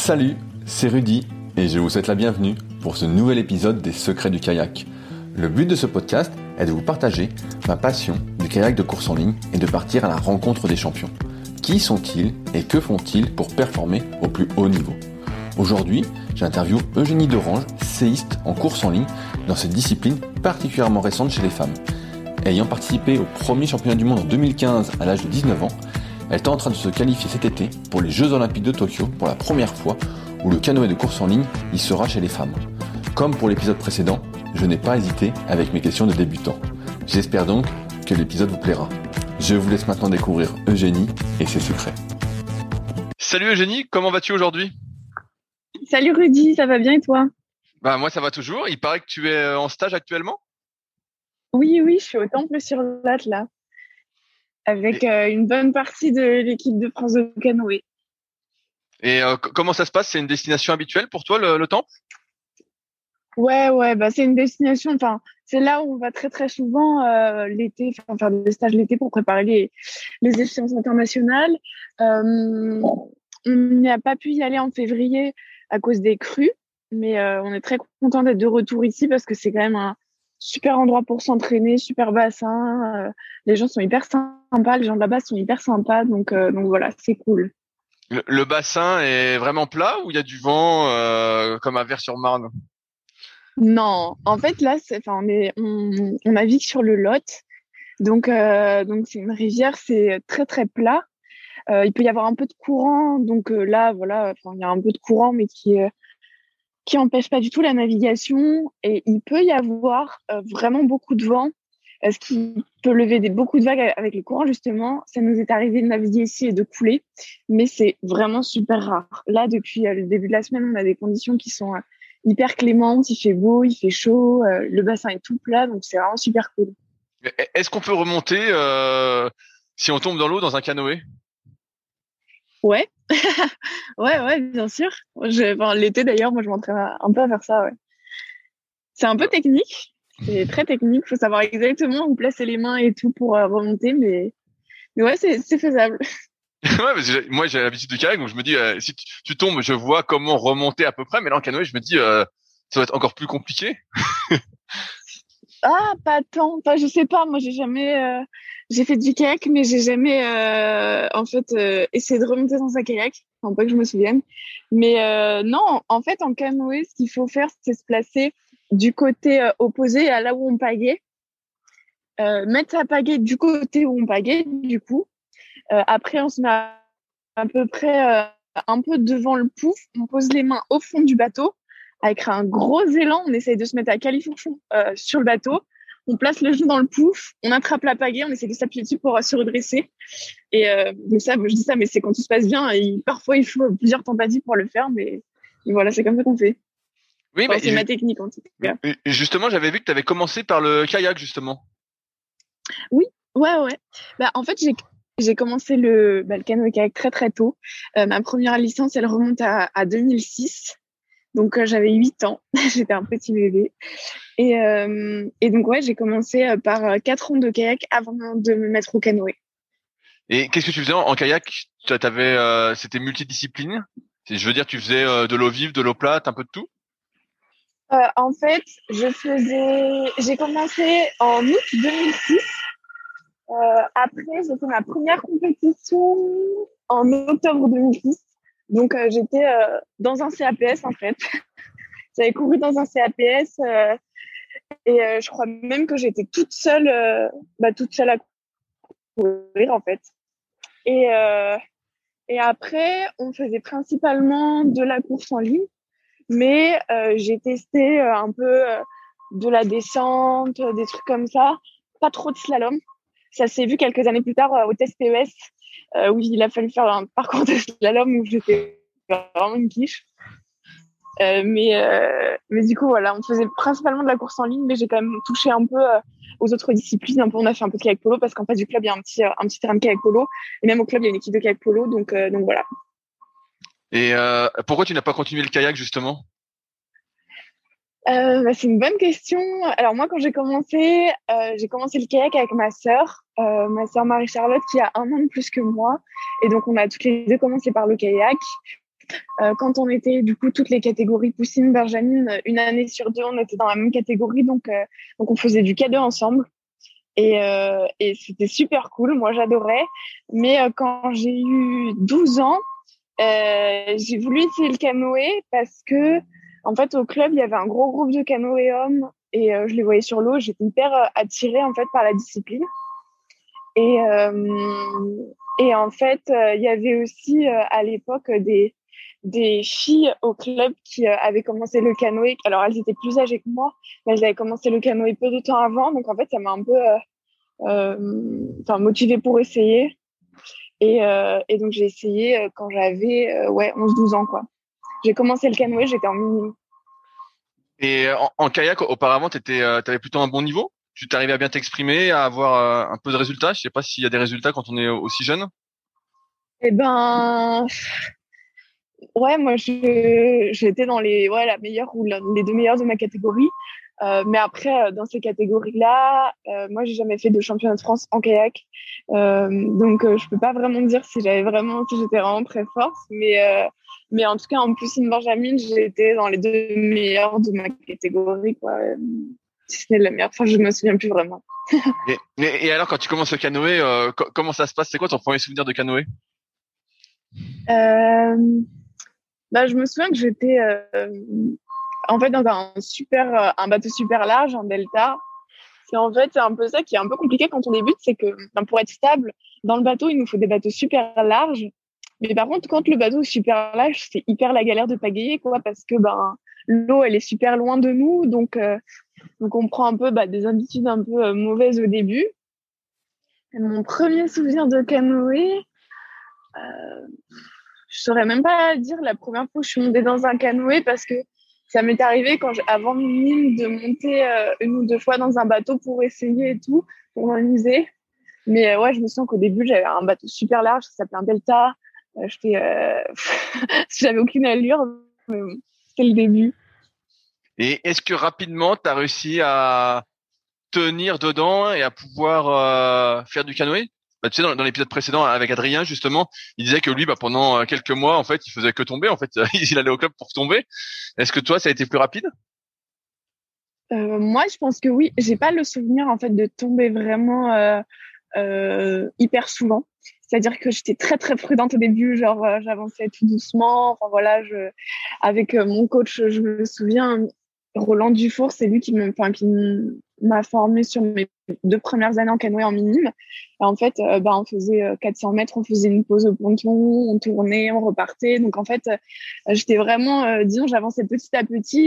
Salut, c'est Rudy et je vous souhaite la bienvenue pour ce nouvel épisode des Secrets du kayak. Le but de ce podcast est de vous partager ma passion du kayak de course en ligne et de partir à la rencontre des champions. Qui sont-ils et que font-ils pour performer au plus haut niveau ? Aujourd'hui, j'interviewe Eugénie Derange, séiste en course en ligne dans cette discipline particulièrement récente chez les femmes. Ayant participé au premier championnat du monde en 2015 à l'âge de 19 ans, elle est en train de se qualifier cet été pour les Jeux Olympiques de Tokyo pour la première fois où le canoë de course en ligne y sera chez les femmes. Comme pour l'épisode précédent, je n'ai pas hésité avec mes questions de débutants. J'espère donc que l'épisode vous plaira. Je vous laisse maintenant découvrir Eugénie et ses secrets. Salut Eugénie, comment vas-tu aujourd'hui ? Salut Rudy, ça va bien et toi ? Moi ça va toujours, il paraît que tu es en stage actuellement ? Oui, je suis au Temple-sur-Latte là, avec une bonne partie de l'équipe de France de canoë. Et comment ça se passe ? C'est une destination habituelle pour toi le Temple ? Ouais, c'est une destination, c'est là où on va très très souvent l'été, faire des stages l'été pour préparer les échéances internationales. On n'y a pas pu y aller en février à cause des crues, mais on est très content d'être de retour ici parce que c'est quand même un super endroit pour s'entraîner, super bassin. Les gens sont hyper sympas, les gens de là-bas sont hyper sympas, donc voilà, c'est cool. Le bassin est vraiment plat ou il y a du vent comme à Vers-sur-Marne ? Non, en fait là, on navigue sur le Lot, donc c'est une rivière, c'est très très plat. Il peut y avoir un peu de courant, donc là voilà, il y a un peu de courant, mais qui empêche pas du tout la navigation. Et il peut y avoir vraiment beaucoup de vent, ce qui peut lever beaucoup de vagues avec les courants justement. Ça nous est arrivé de naviguer ici et de couler, mais c'est vraiment super rare. Là, depuis le début de la semaine, on a des conditions qui sont hyper clémente, il fait beau, il fait chaud, le bassin est tout plat, donc c'est vraiment super cool. Est-ce qu'on peut remonter si on tombe dans l'eau dans un canoë ? Ouais, ouais, bien sûr. L'été d'ailleurs, moi je m'entraîne un peu à faire ça, ouais. C'est un peu technique, c'est très technique, faut savoir exactement où placer les mains et tout pour remonter, mais ouais, c'est faisable. Ouais, parce que moi j'ai l'habitude du kayak, donc je me dis si tu tombes, je vois comment remonter à peu près, mais là en canoë, je me dis ça va être encore plus compliqué. Ah, pas tant. Je sais pas. Moi, j'ai fait du kayak, mais j'ai jamais, essayé de remonter dans un kayak. Enfin, pas que je me souvienne. Mais non, en fait, en canoë, ce qu'il faut faire, c'est se placer du côté opposé à là où on pagaie. Mettre sa pagaie du côté où on pagaie, du coup. Après, on se met à peu près un peu devant le pouf. On pose les mains au fond du bateau. Avec un gros élan, on essaye de se mettre à califourchon sur le bateau. On place le genou dans le pouf, on attrape la pagaie, on essaie de s'appuyer dessus pour se redresser. Et je dis ça, mais c'est quand tout se passe bien. Et parfois, il faut plusieurs tentatives pour le faire, mais voilà, c'est comme ça qu'on fait. Oui, c'est ma technique en tout cas. Et justement, j'avais vu que tu avais commencé par le kayak, justement. Oui, ouais. En fait, j'ai commencé le canoë-kayak très très tôt. Ma première licence, elle remonte à 2006. Donc, j'avais 8 ans. J'étais un petit bébé. Et donc, ouais, j'ai commencé par 4 ans de kayak avant de me mettre au canoë. Et qu'est-ce que tu faisais en kayak ? C'était multidiscipline ? Je veux dire, tu faisais de l'eau vive, de l'eau plate, un peu de tout ? En fait, j'ai commencé en août 2006. Après, j'ai fait ma première compétition en octobre 2006. Donc, j'étais dans un CAPS, en fait. J'avais couru dans un CAPS et je crois même que j'étais toute seule à courir, en fait. Et après, on faisait principalement de la course en ligne, mais j'ai testé un peu de la descente, des trucs comme ça. Pas trop de slalom. Ça s'est vu quelques années plus tard au test PES, où il a fallu faire un parcours de slalom où j'étais vraiment une quiche. Mais du coup, voilà, on faisait principalement de la course en ligne, mais j'ai quand même touché un peu aux autres disciplines. Un peu, on a fait un peu de kayak polo parce qu'en face du club, il y a un petit terrain de kayak polo. Et même au club, il y a une équipe de kayak polo. Donc voilà. Et pourquoi tu n'as pas continué le kayak, justement ? C'est une bonne question. Alors moi, quand j'ai commencé le kayak avec ma sœur Marie-Charlotte, qui a 1 an de plus que moi. Et donc, on a toutes les deux commencé par le kayak. Quand on était du coup toutes les catégories poussines, benjamines, une année sur deux, on était dans la même catégorie, donc on faisait du K2 ensemble. Et c'était super cool, moi j'adorais. Mais quand j'ai eu 12 ans, j'ai voulu essayer le canoë parce que, en fait, au club, il y avait un gros groupe de canoë hommes et je les voyais sur l'eau. J'étais hyper attirée en fait par la discipline. Et, en fait, il y avait aussi à l'époque des filles au club qui avaient commencé le canoë. Alors elles étaient plus âgées que moi, mais elles avaient commencé le canoë peu de temps avant. Donc en fait, ça m'a un peu motivée pour essayer. Et donc j'ai essayé quand j'avais 11-12 ans quoi. J'ai commencé le canoë, j'étais en minime. Et en kayak, auparavant, t'avais plutôt un bon niveau? Tu t'arrivais à bien t'exprimer, à avoir un peu de résultats? Je sais pas s'il y a des résultats quand on est aussi jeune. Eh ben, ouais, moi j'étais dans la meilleure ou les deux meilleures de ma catégorie. Mais après, dans ces catégories-là, moi j'ai jamais fait de championnat de France en kayak, donc je peux pas vraiment dire si j'étais vraiment très forte. Mais en tout cas en poussine benjamine, j'étais dans les deux meilleures de ma catégorie quoi. Si ce n'est la meilleure, enfin je me souviens plus vraiment. Et alors, quand tu commences le canoë, comment ça se passe? C'est quoi ton premier souvenir de canoë? Euh, je me souviens que j'étais en fait dans un bateau super large, un delta. Et en fait, c'est un peu ça qui est un peu compliqué quand on débute, c'est que pour être stable dans le bateau, il nous faut des bateaux super larges. Mais par contre, quand le bateau est super large, c'est hyper la galère de pagayer, quoi, parce que l'eau, elle est super loin de nous, donc on prend un peu des habitudes un peu mauvaises au début. Et mon premier souvenir de canoë, je saurais même pas dire la première fois que je suis montée dans un canoë parce que ça m'est arrivé avant minime de monter une ou deux fois dans un bateau pour essayer et tout, pour m'amuser. Mais ouais, je me souviens qu'au début, j'avais un bateau super large, ça s'appelait un Delta. J'avais aucune allure, mais bon, c'était le début. Et est-ce que rapidement, tu as réussi à tenir dedans et à pouvoir faire du canoë? Tu sais, dans l'épisode précédent avec Adrien, justement, il disait que lui, pendant quelques mois, en fait, il faisait que tomber. En fait, il allait au club pour tomber. Est-ce que toi, ça a été plus rapide? Moi, je pense que oui. J'ai pas le souvenir en fait de tomber vraiment hyper souvent. C'est-à-dire que j'étais très très prudente au début, genre j'avançais tout doucement. Enfin voilà, avec mon coach, je me souviens, Roland Dufour, c'est lui qui m'a formé sur mes 2 premières années en canoë en minime. Et en fait, on faisait 400 mètres, on faisait une pause au ponton, on tournait, on repartait. Donc en fait, j'étais vraiment, disons, j'avançais petit à petit.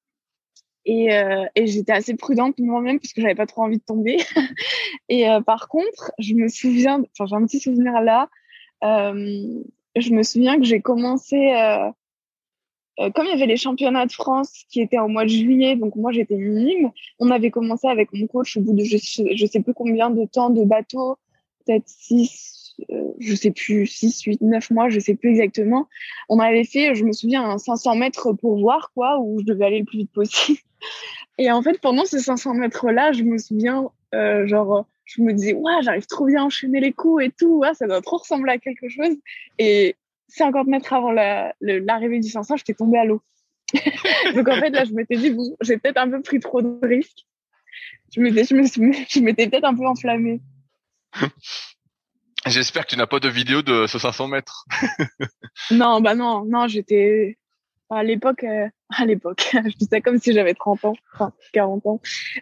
Et j'étais assez prudente moi-même parce que j'avais pas trop envie de tomber. Et par contre, je me souviens, enfin j'ai un petit souvenir là. Je me souviens que j'ai commencé, comme il y avait les championnats de France qui étaient au mois de juillet, donc moi j'étais minime. On avait commencé avec mon coach au bout de je sais plus combien de temps de bateau, peut-être 6, je sais plus, 6, 8, 9 mois, je sais plus exactement. On avait fait, je me souviens, un 500 mètres pour voir quoi, où je devais aller le plus vite possible. Et en fait, pendant ces 500 mètres-là, je me souviens, je me disais, ouais, j'arrive trop bien à enchaîner les coups et tout, ouais, ça doit trop ressembler à quelque chose. Et 50 mètres avant l'arrivée du 500, j'étais tombée à l'eau. Donc en fait, là, je m'étais dit, bon, j'ai peut-être un peu pris trop de risques. Je m'étais peut-être un peu enflammée. J'espère que tu n'as pas de vidéo de ce 500 mètres. Non, non, j'étais à l'époque, je dis ça comme si j'avais 30 ans, enfin 40 ans.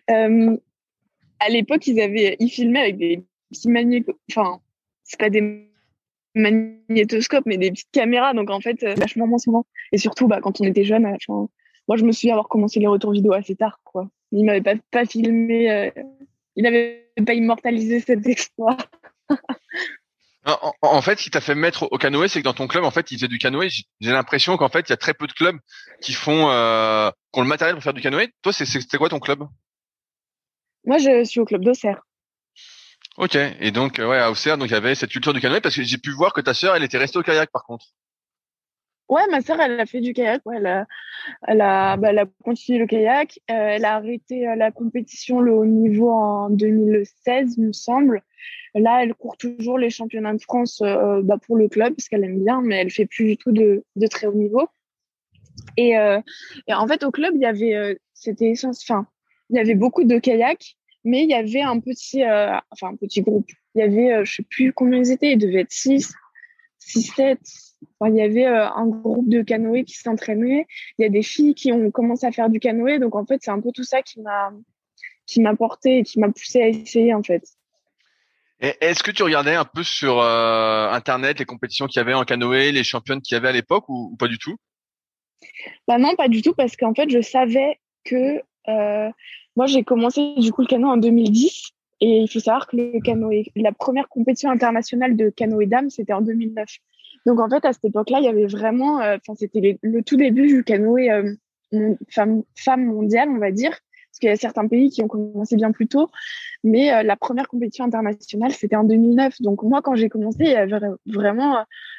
À l'époque, ils filmaient avec des petits enfin, c'est pas des magnétoscopes, mais des petites caméras. Donc, en fait, vachement moins souvent. Et surtout, quand on était jeune, moi, je me souviens avoir commencé les retours vidéo assez tard, quoi. Il m'avait pas filmé, il n'avait pas immortalisé cet exploit. En fait, ce qui t'a fait mettre au canoë, c'est que dans ton club, en fait, ils faisaient du canoë. J'ai l'impression qu'en fait, il y a très peu de clubs qui qui ont le matériel pour faire du canoë. Toi, c'était quoi ton club? Moi, je suis au club d'Auxerre. Ok. Et donc, ouais, à Auxerre, donc il y avait cette culture du canoë parce que j'ai pu voir que ta sœur, elle était restée au kayak, par contre. Ouais, ma sœur, elle a fait du kayak. Ouais, elle a continué le kayak. Elle a arrêté la compétition, le haut niveau en 2016, il me semble. Là, elle court toujours les championnats de France pour le club parce qu'elle aime bien, mais elle fait plus du tout de très haut niveau. Et, euh, et en fait, au club, il y avait, il y avait beaucoup de kayaks, mais il y avait un petit groupe. Il y avait, je sais plus combien ils étaient, ils devaient être 6, 7. Enfin, il y avait un groupe de canoë qui s'entraînait. Il y a des filles qui ont commencé à faire du canoë. Donc, en fait, c'est un peu tout ça qui m'a porté et qui m'a poussé à essayer, en fait. Et est-ce que tu regardais un peu sur Internet les compétitions qu'il y avait en canoë, les championnes qu'il y avait à l'époque ou pas du tout? Bah non, pas du tout, parce qu'en fait, je savais que moi, j'ai commencé du coup le canoë en 2010. Et il faut savoir que le canoë, la première compétition internationale de canoë dames, c'était en 2009. Donc en fait, à cette époque-là, il y avait vraiment, c'était le tout début du canoë femme mondiale, on va dire, parce qu'il y a certains pays qui ont commencé bien plus tôt. Mais la première compétition internationale, c'était en 2009. Donc moi, quand j'ai commencé, il y avait vraiment,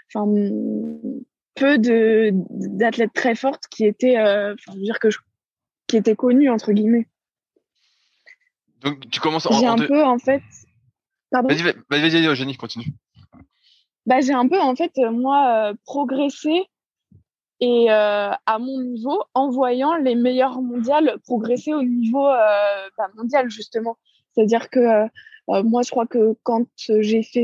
peu d'athlètes très fortes qui étaient, je veux dire qui étaient connues entre guillemets. Donc tu commences J'ai un peu en fait, pardon. Vas-y, Eugénie, continue. Bah j'ai un peu en fait moi progressé et à mon niveau en voyant les meilleures mondiales progresser au niveau mondial justement. C'est-à-dire que moi je crois que quand j'ai fait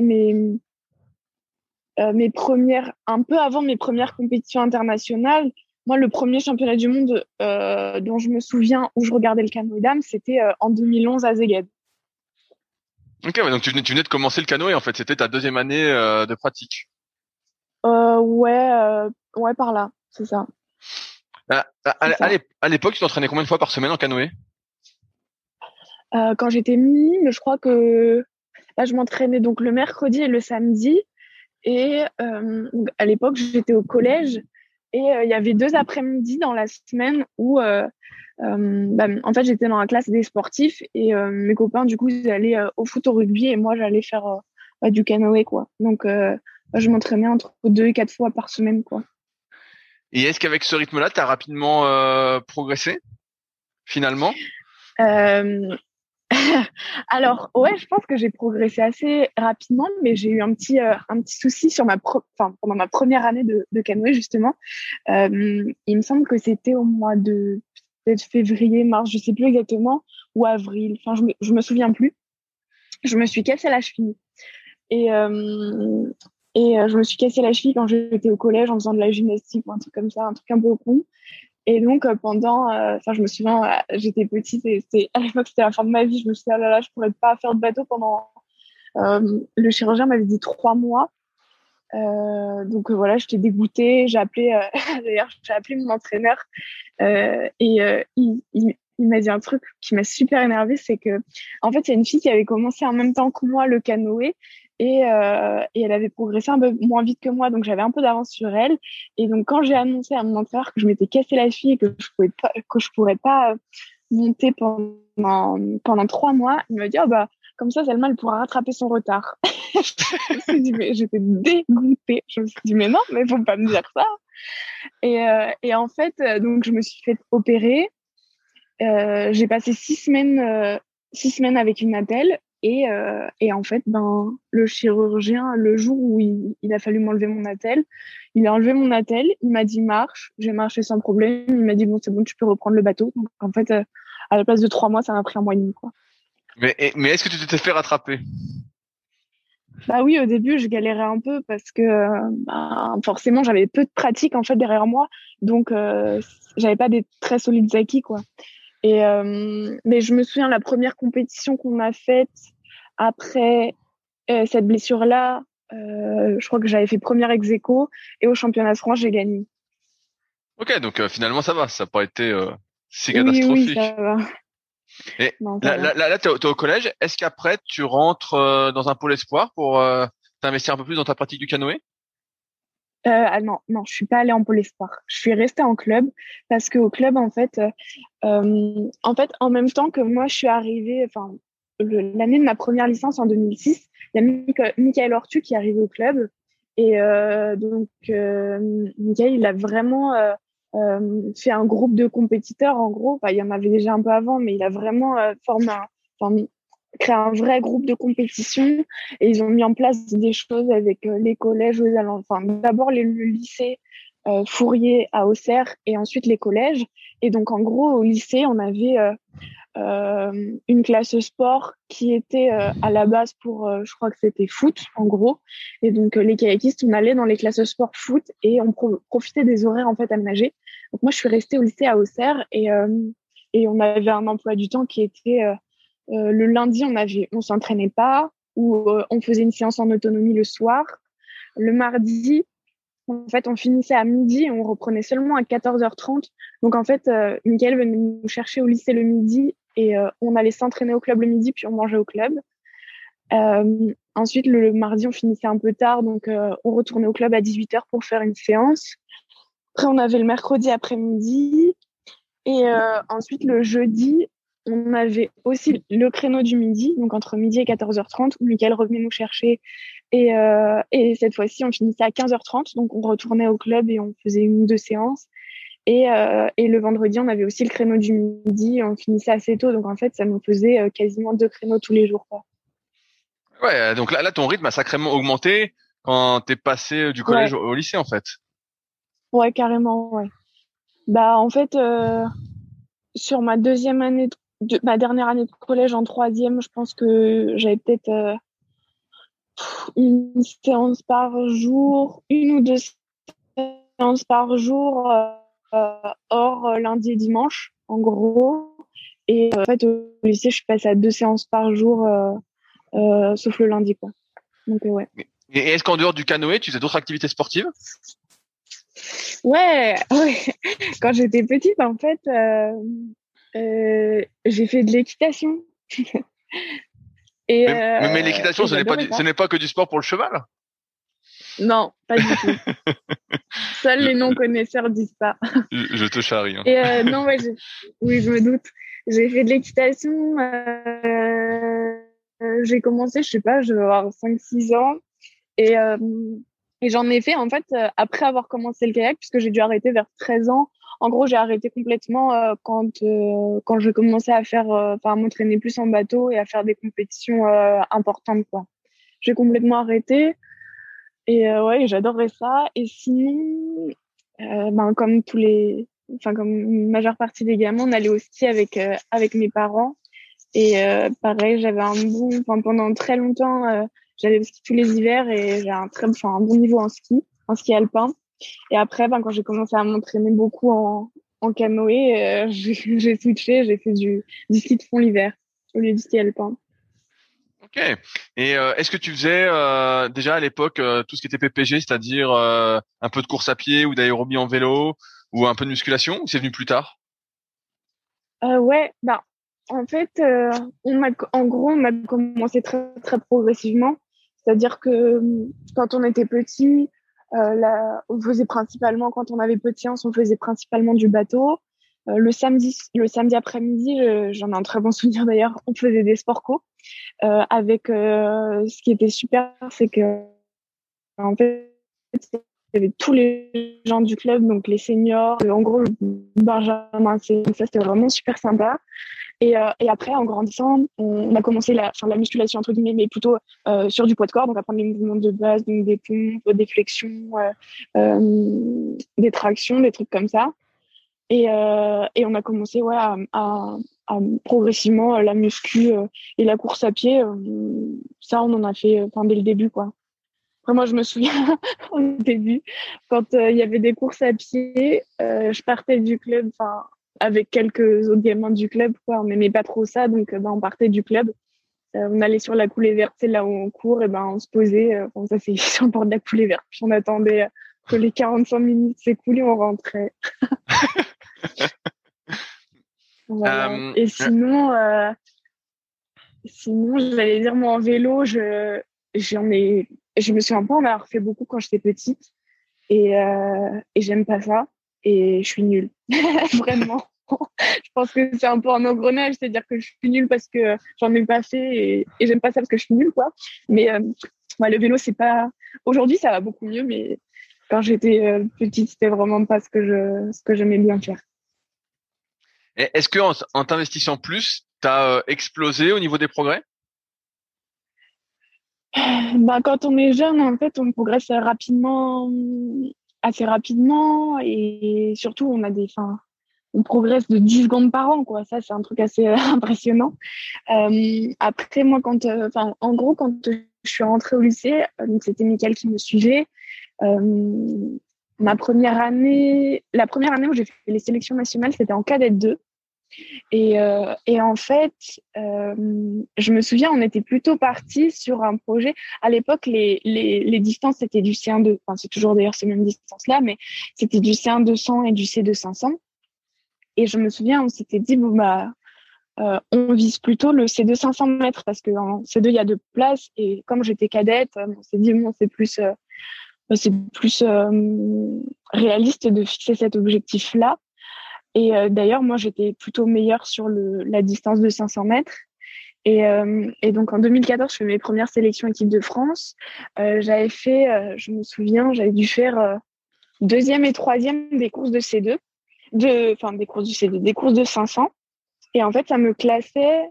mes premières, un peu avant mes premières compétitions internationales, moi, le premier championnat du monde dont je me souviens où je regardais le canoë dames, c'était en 2011 à Szeged. Ok, ouais, donc tu venais de commencer le canoë en fait, c'était ta deuxième année de pratique. Ouais, par là, c'est ça. C'est ça. À l'époque, tu t'entraînais combien de fois par semaine en canoë? Quand j'étais minime, je crois que là, je m'entraînais donc le mercredi et le samedi. Et à l'époque, j'étais au collège et il y avait 2 après-midi dans la semaine où, en fait, j'étais dans la classe des sportifs et mes copains, du coup, ils allaient au foot, au rugby et moi, j'allais faire du canoë, quoi. Donc, je m'entraînais entre 2 et 4 fois par semaine, quoi. Et est-ce qu'avec ce rythme-là, tu as rapidement progressé finalement? Euh, Alors, ouais, je pense que j'ai progressé assez rapidement, mais j'ai eu un petit souci sur pendant ma première année de canoë, justement. Il me semble que c'était au mois de peut-être février, mars, je sais plus exactement, ou avril. Enfin, je me souviens plus. Je me suis cassé la cheville. Et, je me suis cassé la cheville quand j'étais au collège en faisant de la gymnastique ou un truc comme ça, un truc un peu con. Et donc, je me souviens, j'étais petite et à l'époque, c'était la fin de ma vie. Je me suis dit, oh là là, je pourrais pas faire de bateau pendant, le chirurgien m'avait dit 3 mois. Donc, voilà, j'étais dégoûtée. D'ailleurs, j'ai appelé mon entraîneur, il m'a dit un truc qui m'a super énervée, c'est que, en fait, il y a une fille qui avait commencé en même temps que moi le canoë et elle avait progressé un peu moins vite que moi, donc j'avais un peu d'avance sur elle. Et donc, quand j'ai annoncé à mon entraîneur que je m'étais cassé la cheville et que je pourrais pas monter pendant 3 mois, il m'a dit, oh, bah, comme ça, Selma, elle pourra rattraper son retard. Je me suis dit, mais j'étais dégoûtée. Je me suis dit, mais non, mais faut pas me dire ça. Et en fait, donc, je me suis fait opérer. J'ai passé 6 semaines avec une attelle et en fait, le chirurgien, le jour où il a fallu m'enlever mon attelle, il a enlevé mon attelle, il m'a dit marche, j'ai marché sans problème, il m'a dit bon, c'est bon, tu peux reprendre le bateau. Donc en fait, à la place de 3 mois, ça m'a pris 1 mois et demi, quoi. Mais est-ce que tu t'étais fait rattraper? Bah oui, au début, je galérais un peu parce que forcément, j'avais peu de pratique en fait derrière moi, donc j'avais pas des très solides acquis, quoi. Mais je me souviens, la première compétition qu'on a faite après cette blessure-là, je crois que j'avais fait première ex aequo et au championnat de France, j'ai gagné. Ok, donc finalement ça va, ça n'a pas été si Oui, oui, catastrophique. ça va. Et Non, ça va. là, t'es au collège. Est-ce qu'après tu rentres dans un pôle espoir pour t'investir un peu plus dans ta pratique du canoë? Ah non, non, je suis pas allée en pôle espoir. Je suis restée en club parce qu'au club, en même temps que moi, je suis arrivée, l'année de ma première licence en 2006, il y a Michael Ortu qui est arrivé au club Et Mickaël, il a vraiment fait un groupe de compétiteurs, en gros. Enfin, il y en avait déjà un peu avant, mais il a vraiment créé un vrai groupe de compétition. Et ils ont mis en place des choses avec les collèges aux alentours. Enfin, d'abord le lycée Fourier à Auxerre et ensuite les collèges. Et donc, en gros, au lycée, on avait une classe sport qui était à la base pour, je crois que c'était foot, en gros. Et donc, les kayakistes, on allait dans les classes sport foot et on profitait des horaires, en fait, aménagés. Donc, moi, je suis restée au lycée à Auxerre et on avait un emploi du temps qui était le lundi, on s'entraînait pas ou on faisait une séance en autonomie le soir. Le mardi, en fait, on finissait à midi et on reprenait seulement à 14h30. Donc, en fait, Mickaël venait nous chercher au lycée le midi et on allait s'entraîner au club le midi, puis on mangeait au club. Ensuite, le mardi, on finissait un peu tard, donc on retournait au club à 18h pour faire une séance. Après, on avait le mercredi après-midi. Et ensuite, le jeudi, on avait aussi le créneau du midi, donc entre midi et 14h30, où Mickaël revenait nous chercher. Et cette fois-ci, on finissait à 15h30, donc on retournait au club et on faisait une ou deux séances. Et le vendredi, on avait aussi le créneau du midi, on finissait assez tôt, donc en fait, ça nous faisait quasiment 2 créneaux tous les jours, quoi. Ouais, donc là, ton rythme a sacrément augmenté quand t'es passé du collège au lycée, en fait. Ouais, carrément, ouais. Bah, en fait, sur ma ma dernière année de collège en troisième, je pense que j'avais peut-être une séance par jour, une ou deux séances par jour, hors lundi et dimanche, en gros. Et en fait, au lycée, je suis passée à 2 séances par jour, sauf le lundi, quoi. Donc, ouais. Et est-ce qu'en dehors du canoë, tu faisais d'autres activités sportives? Ouais. Quand j'étais petite, en fait, j'ai fait de l'équitation. Mais l'équitation, ce n'est pas que du sport pour le cheval? Non, pas du tout. Seuls les non-connaisseurs disent ça. Je te charrie. Hein. Et non, ouais, oui, je me doute. J'ai fait de l'équitation. J'ai commencé, je sais pas, je vais avoir 5-6 ans. Et j'en ai fait, en fait, après avoir commencé le kayak, puisque j'ai dû arrêter vers 13 ans. En gros, j'ai arrêté complètement quand j'ai commencé à m'entraîner plus en bateau et à faire des compétitions importantes, quoi. J'ai complètement arrêté. Et ouais, j'adorerais ça. Et sinon, comme comme une majeure partie des gamins, on allait au ski avec mes parents. Et pareil, pendant très longtemps, j'allais au ski tous les hivers et j'ai un bon niveau en ski alpin. Et après, quand j'ai commencé à m'entraîner beaucoup en canoë, j'ai switché, j'ai fait du ski de fond l'hiver au lieu du ski alpin. Ok. Et est-ce que tu faisais déjà à l'époque tout ce qui était PPG, c'est-à-dire un peu de course à pied ou d'aérobie en vélo ou un peu de musculation, ou c'est venu plus tard? Ouais, en fait, on a commencé très très progressivement. C'est-à-dire que quand on était petit, on faisait principalement, quand on avait peu de séances, on faisait principalement du bateau. Le samedi après-midi, j'en ai un très bon souvenir d'ailleurs, on faisait des sport co. Ce qui était super, c'est que en fait, il y avait tous les gens du club, donc les seniors, en gros, Benjamin, ça c'était vraiment super sympa. Et après, en grandissant, on a commencé la musculation, entre guillemets, mais plutôt sur du poids de corps, donc apprendre les mouvements de base, donc des pompes, des flexions, des tractions, des trucs comme ça. Et on a commencé à progressivement la muscu et la course à pied. Ça, on en a fait dès le début, quoi. Après, moi, je me souviens au début, quand il y avait des courses à pied, je partais du club, avec quelques autres gamins du club, quoi. On n'aimait pas trop ça, donc on partait du club. On allait sur la coulée verte, c'est là où on court, et on se posait, on s'asseyait sur le bord de la coulée verte, puis on attendait que les 45 minutes s'écoulent, on rentrait. Voilà. Et sinon, j'allais dire, moi, en vélo, je me souviens pas en avoir fait beaucoup quand j'étais petite. Et j'aime pas ça. Et je suis nulle. Vraiment. Je pense que c'est un peu un engrenage, c'est-à-dire que je suis nulle parce que j'en ai pas fait et j'aime pas ça parce que je suis nulle, quoi. Mais Ouais, le vélo, c'est pas. Aujourd'hui, ça va beaucoup mieux, mais quand j'étais petite, c'était vraiment pas ce que j'aimais bien faire. Et est-ce que en t'investissant plus, t'as explosé au niveau des progrès? Bah, quand on est jeune, en fait, on progresse rapidement, assez rapidement, et surtout, enfin, on progresse de 10 secondes par an, quoi. Ça, c'est un truc assez impressionnant. Après, moi, enfin, en gros, quand je suis rentrée au lycée, donc c'était Mickaël qui me suivait. Euh, la première année où j'ai fait les sélections nationales, c'était en cadette 2. Et en fait, je me souviens, on était plutôt partis sur un projet. À l'époque, les distances, c'était du C1-2. Enfin, c'est toujours d'ailleurs ces mêmes distances-là, mais c'était du C1-200 et du C2-500. Et je me souviens, on s'était dit, bon, bah, on vise plutôt le C2 500 mètres parce qu'en C2, il y a 2 places. Et comme j'étais cadette, on s'est dit, bon, c'est plus réaliste de fixer cet objectif-là. Et d'ailleurs, moi, j'étais plutôt meilleure sur la distance de 500 mètres. Et donc, en 2014, je fais mes premières sélections équipe de France. Je me souviens, j'avais dû faire deuxième et troisième des courses de C2, enfin, des courses du C2, des courses de 500. Et en fait, ça me classait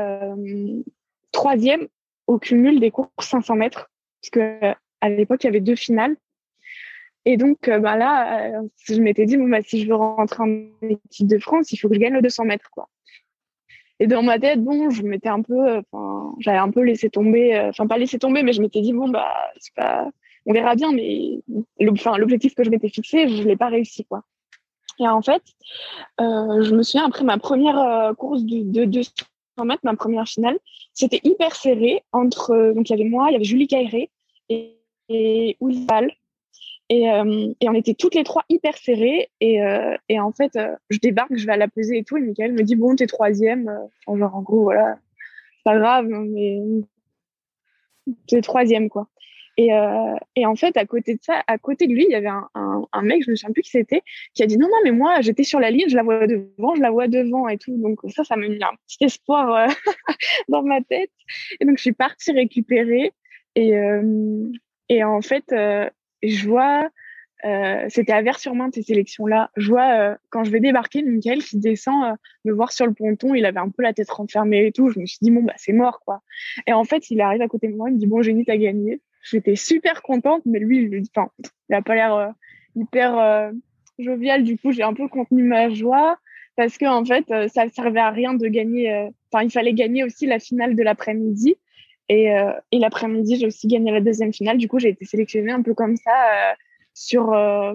troisième au cumul des courses 500 mètres, parce que à l'époque, il y avait 2 finales. Et donc, bah là, je m'étais dit, bon, bah, si je veux rentrer en équipe de France, il faut que je gagne le 200 mètres, quoi. Et dans ma tête, bon, j'avais un peu laissé tomber, enfin, pas laissé tomber, mais je m'étais dit, bon, bah, c'est pas, on verra bien, mais l'objectif que je m'étais fixé, je l'ai pas réussi, quoi. Et en fait, je me souviens, après ma première course de 200 mètres, ma première finale, c'était hyper serré donc il y avait moi, il y avait Julie Cailleret et Ouli Val. Et on était toutes les trois hyper serrées. Et en fait, je débarque, je vais à la pesée et tout. Et Mickaël me dit, bon, t'es troisième. Genre, en gros, voilà, c'est pas grave, mais t'es troisième, quoi. Et en fait, à côté de ça, à côté de lui, il y avait un mec, je me souviens plus qui c'était, qui a dit, non, non, mais moi, j'étais sur la ligne, je la vois devant et tout. Donc ça m'a mis un petit espoir dans ma tête. Et donc, je suis partie récupérer. Et, et en fait, je vois, c'était à Vers-sur-Marne, ces sélections-là. Je vois, quand je vais débarquer, Mickaël qui descend me voir sur le ponton, il avait un peu la tête renfermée et tout. Je me suis dit, bon, bah, c'est mort, quoi. Et en fait, il arrive à côté de moi, il me dit, bon, Génie, t'as gagné. J'étais super contente, mais lui, enfin, il a pas l'air hyper jovial. Du coup, j'ai un peu contenu ma joie parce que, en fait, ça ne servait à rien de gagner. Enfin, il fallait gagner aussi la finale de l'après-midi. Et l'après-midi, j'ai aussi gagné la deuxième finale. Du coup, j'ai été sélectionnée un peu comme ça sur,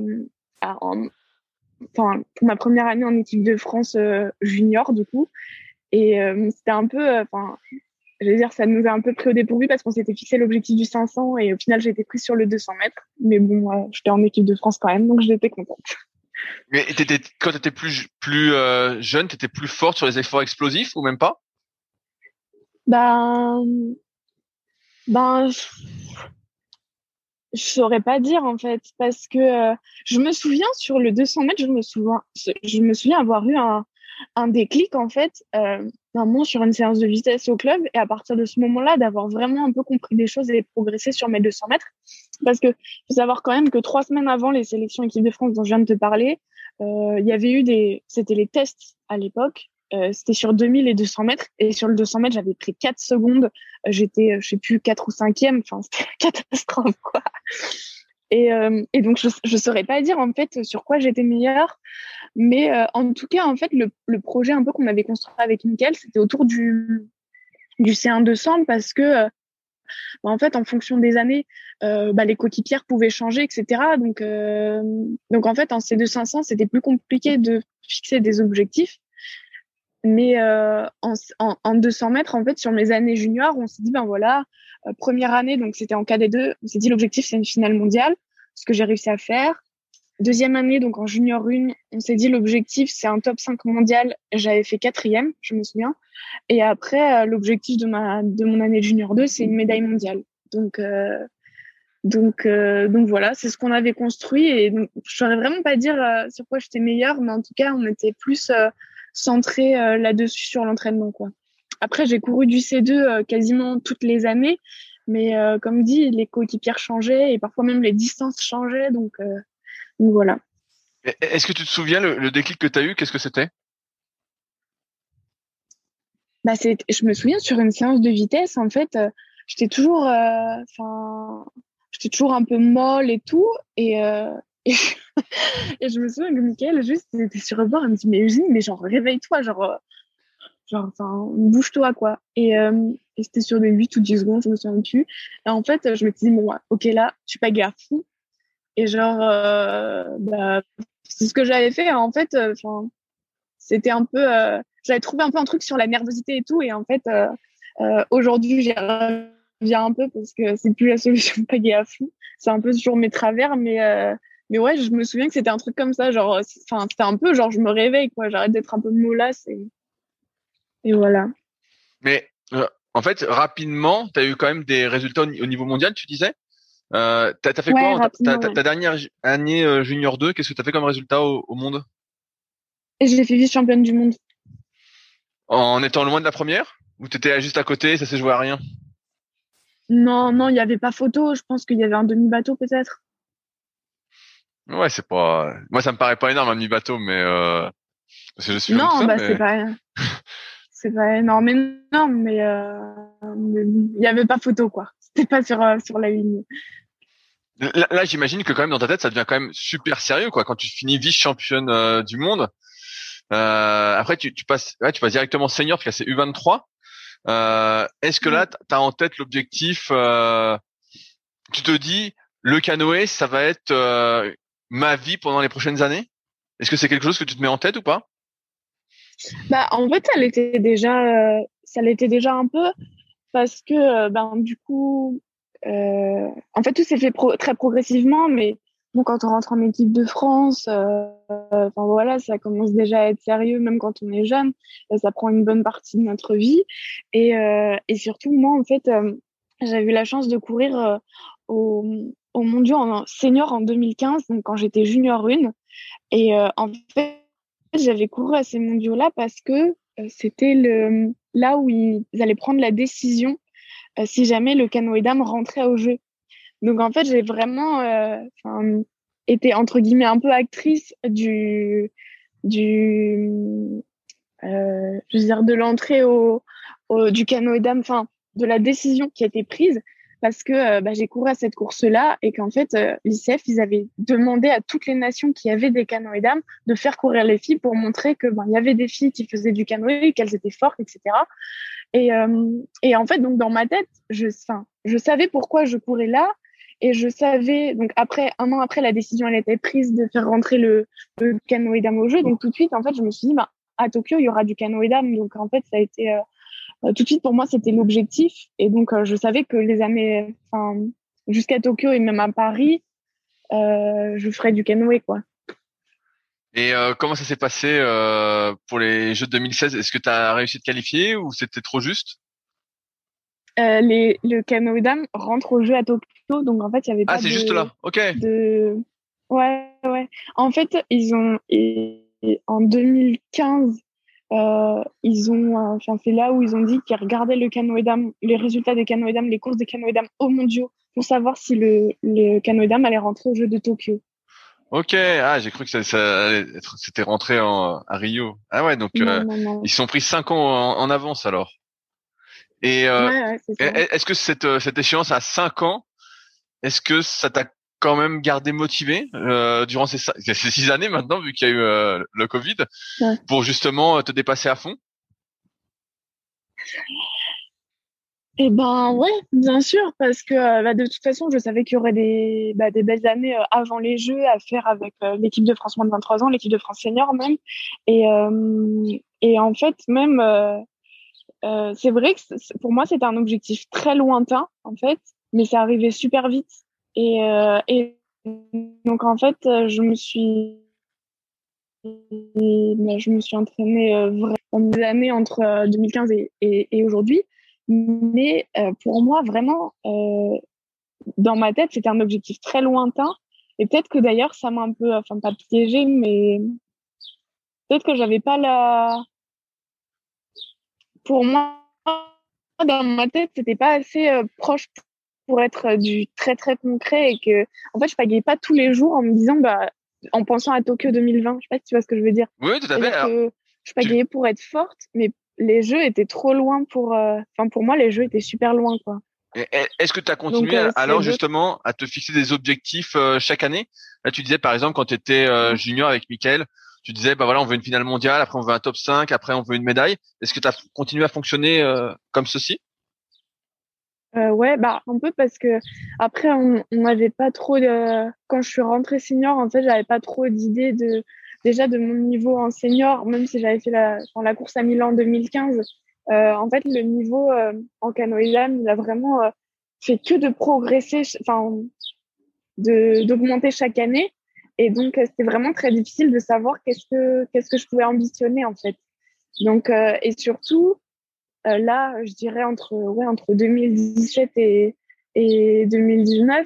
enfin, pour ma première année en équipe de France junior, du coup. Et c'était un peu, enfin, je veux dire, ça nous a un peu pris au dépourvu parce qu'on s'était fixé l'objectif du 500 et au final, j'ai été prise sur le 200 mètres. Mais bon, j'étais en équipe de France quand même, donc j'étais contente. Mais quand t'étais plus jeune, t'étais plus forte sur les efforts explosifs ou même pas? Ben, je saurais pas dire en fait parce que je me souviens sur le 200 mètres, je me souviens avoir eu un déclic en fait, un moment sur une séance de vitesse au club et à partir de ce moment-là d'avoir vraiment un peu compris des choses et progressé sur mes 200 mètres parce que faut savoir quand même que 3 semaines avant les sélections équipe de France dont je viens de te parler, il y avait c'était les tests à l'époque. C'était sur 2000 et 200 mètres. Et sur le 200 mètres, j'avais pris 4 secondes. J'étais, je sais plus, 4 ou 5e. Enfin, c'était une catastrophe, quoi. Et donc, je saurais pas dire, en fait, sur quoi j'étais meilleure. Mais en tout cas, en fait, le projet un peu qu'on avait construit avec Mickaël, c'était autour du C1 200 parce que, en fait, en fonction des années, les coéquipières pouvaient changer, etc. Donc, en fait, en C2 500, c'était plus compliqué de fixer des objectifs. Mais en 200 mètres, en fait, sur mes années juniors, on s'est dit, ben voilà, première année, donc c'était en KD2, on s'est dit l'objectif, c'est une finale mondiale, ce que j'ai réussi à faire. Deuxième année, donc en junior 1, on s'est dit l'objectif, c'est un top 5 mondial. J'avais fait 4e, je me souviens. Et après, l'objectif de mon année de junior 2, c'est une médaille mondiale. Donc voilà, c'est ce qu'on avait construit. Et donc, je saurais vraiment pas dire sur quoi j'étais meilleure, mais en tout cas, on était plus centré là-dessus sur l'entraînement, quoi. Après, j'ai couru du C2 quasiment toutes les années, Mais comme dit, les coéquipières changeaient et parfois même les distances changeaient. Donc voilà. Est-ce que tu te souviens le déclic que tu as eu? Qu'est-ce que c'était? Bah je me souviens sur une séance de vitesse, en fait, j'étais toujours, enfin, j'étais toujours un peu molle et tout, et, et je me souviens que Mickaël juste il était sur le bord, il me dit mais Eugénie, mais genre réveille-toi, genre enfin bouge-toi quoi. Et c'était sur des 8 ou 10 secondes, je me souviens plus. Et en fait, je me suis dit bon, ouais, ok là, je suis pas gaffe. Et genre, bah, c'est ce que j'avais fait. En fait, enfin, c'était un peu, j'avais trouvé un peu un truc sur la nervosité et tout. Et en fait, aujourd'hui, j'y reviens un peu parce que c'est plus la solution pagaie à fond. C'est un peu sur mes travers, mais ouais, je me souviens que c'était un truc comme ça. Genre, enfin, c'était un peu genre, je me réveille, quoi. J'arrête d'être un peu mollasse et voilà. Mais en fait, rapidement, tu as eu quand même des résultats au niveau mondial, tu disais. T'as fait quoi Ouais, rapidement, ouais. ta dernière année junior 2? Qu'est-ce que t'as fait comme résultat au monde? Et j'ai fait vice-championne du monde. En étant loin de la première? Ou t'étais juste à côté, ça s'est joué à rien? Non, non, il y avait pas photo. Je pense qu'il y avait un demi-bateau peut-être. Ouais, c'est pas. Moi, ça me paraît pas énorme un mi-bateau, mais parce que je suis comme Non, ça, bah mais c'est pas énorme, énorme, mais il y avait pas photo quoi. C'était pas sur la ligne. là, j'imagine que quand même dans ta tête, ça devient quand même super sérieux, quoi. Quand tu finis vice-championne du monde, après tu passes directement senior parce que c'est U23. Est-ce que Ouais. là, t'as en tête l'objectif? Tu te dis, le canoë, ça va être ma vie pendant les prochaines années? Est-ce que c'est quelque chose que tu te mets en tête ou pas? Bah en fait, ça l'était déjà un peu parce que ben du coup, en fait tout s'est fait très progressivement, mais bon quand on rentre en équipe de France, enfin voilà, ça commence déjà à être sérieux même quand on est jeune. Ça prend une bonne partie de notre vie et surtout moi en fait, j'avais eu la chance de courir au au mondiaux en senior en 2015, donc quand j'étais junior 1. Et en fait, j'avais couru à ces mondiaux-là parce que c'était là où ils allaient prendre la décision si jamais le canoë-dames rentrait au jeu. Donc en fait, j'ai vraiment enfin, été entre guillemets un peu actrice du je veux dire de l'entrée du canoë-dames, enfin de la décision qui a été prise parce que bah, j'ai couru à cette course-là et qu'en fait l'ICF ils avaient demandé à toutes les nations qui avaient des canoë-dames de faire courir les filles pour montrer que ben il y avait des filles qui faisaient du canoë, qu'elles étaient fortes, etc. Et en fait donc dans ma tête je savais pourquoi je courais là. Et je savais, donc après, un an après, la décision, elle était prise de faire rentrer le canoë-dames au jeu. Donc tout de suite, en fait, je me suis dit, bah, à Tokyo, il y aura du canoë-dames. Donc en fait, ça a été tout de suite pour moi, c'était l'objectif. Et donc je savais que les années, enfin jusqu'à Tokyo et même à Paris, je ferais du canoë quoi. Et comment ça s'est passé pour les Jeux de 2016? Est-ce que tu as réussi à te qualifier ou c'était trop juste? Le canoë-dames rentre au jeu à Tokyo, donc en fait il y avait Ah, pas c'est juste là. Ok. de ouais. En fait en 2015 ils ont, enfin, c'est là où ils ont dit qu'ils regardaient le canoë-dames, les résultats des canoë-dames, les courses des canoë-dames aux mondiaux pour savoir si le canoë-dames allait rentrer aux Jeux de Tokyo. Ok. Ah, j'ai cru que c'était rentré à Rio. Ah ouais, donc Non, non, non. ils se sont pris 5 ans en avance alors. Et Ouais, c'est ça. est-ce que cette échéance à 5 ans, est-ce que ça t'a quand même gardé motivé durant ces 6 années maintenant, vu qu'il y a eu le Covid, Ouais. pour justement te dépasser à fond? Eh ben ouais, bien sûr, parce que bah, de toute façon, je savais qu'il y aurait des belles années avant les Jeux à faire avec l'équipe de France moins de 23 ans, l'équipe de France senior même. Et en fait, même, c'est vrai que pour moi, c'était un objectif très lointain, en fait, mais ça arrivait super vite. Et donc, en fait, je me suis entraînée vraiment des années entre 2015 et aujourd'hui. Mais pour moi, vraiment, dans ma tête, c'était un objectif très lointain. Et peut-être que d'ailleurs, ça m'a un peu, enfin, pas piégée, mais peut-être que j'avais pas pour moi, dans ma tête, c'était pas assez proche pour être du très très concret et que en fait je pagayais pas tous les jours en me disant en pensant à Tokyo 2020. Je sais pas si tu vois ce que je veux dire. Oui, tout à fait. C'est-à-dire Alors, que je pagayais pour être forte, mais les jeux étaient trop loin pour moi les jeux étaient super loin quoi. est-ce que tu as Donc continué c'est alors deux. justement à te fixer des objectifs chaque année? Là, tu disais par exemple quand tu étais junior avec Mickaël, tu disais bah voilà, on veut une finale mondiale, après on veut un top 5, après on veut une médaille. Est-ce que tu as continué à fonctionner comme ceci? Ouais, un peu parce que après on n'avait pas trop de quand je suis rentrée senior en fait j'avais pas trop d'idées déjà de mon niveau en senior même si j'avais fait la course à Milan en 2015 en fait le niveau en canoë-lame il a vraiment fait que de progresser de d'augmenter chaque année et donc c'était vraiment très difficile de savoir qu'est-ce que je pouvais ambitionner en fait donc et surtout là, je dirais entre 2017 et 2019,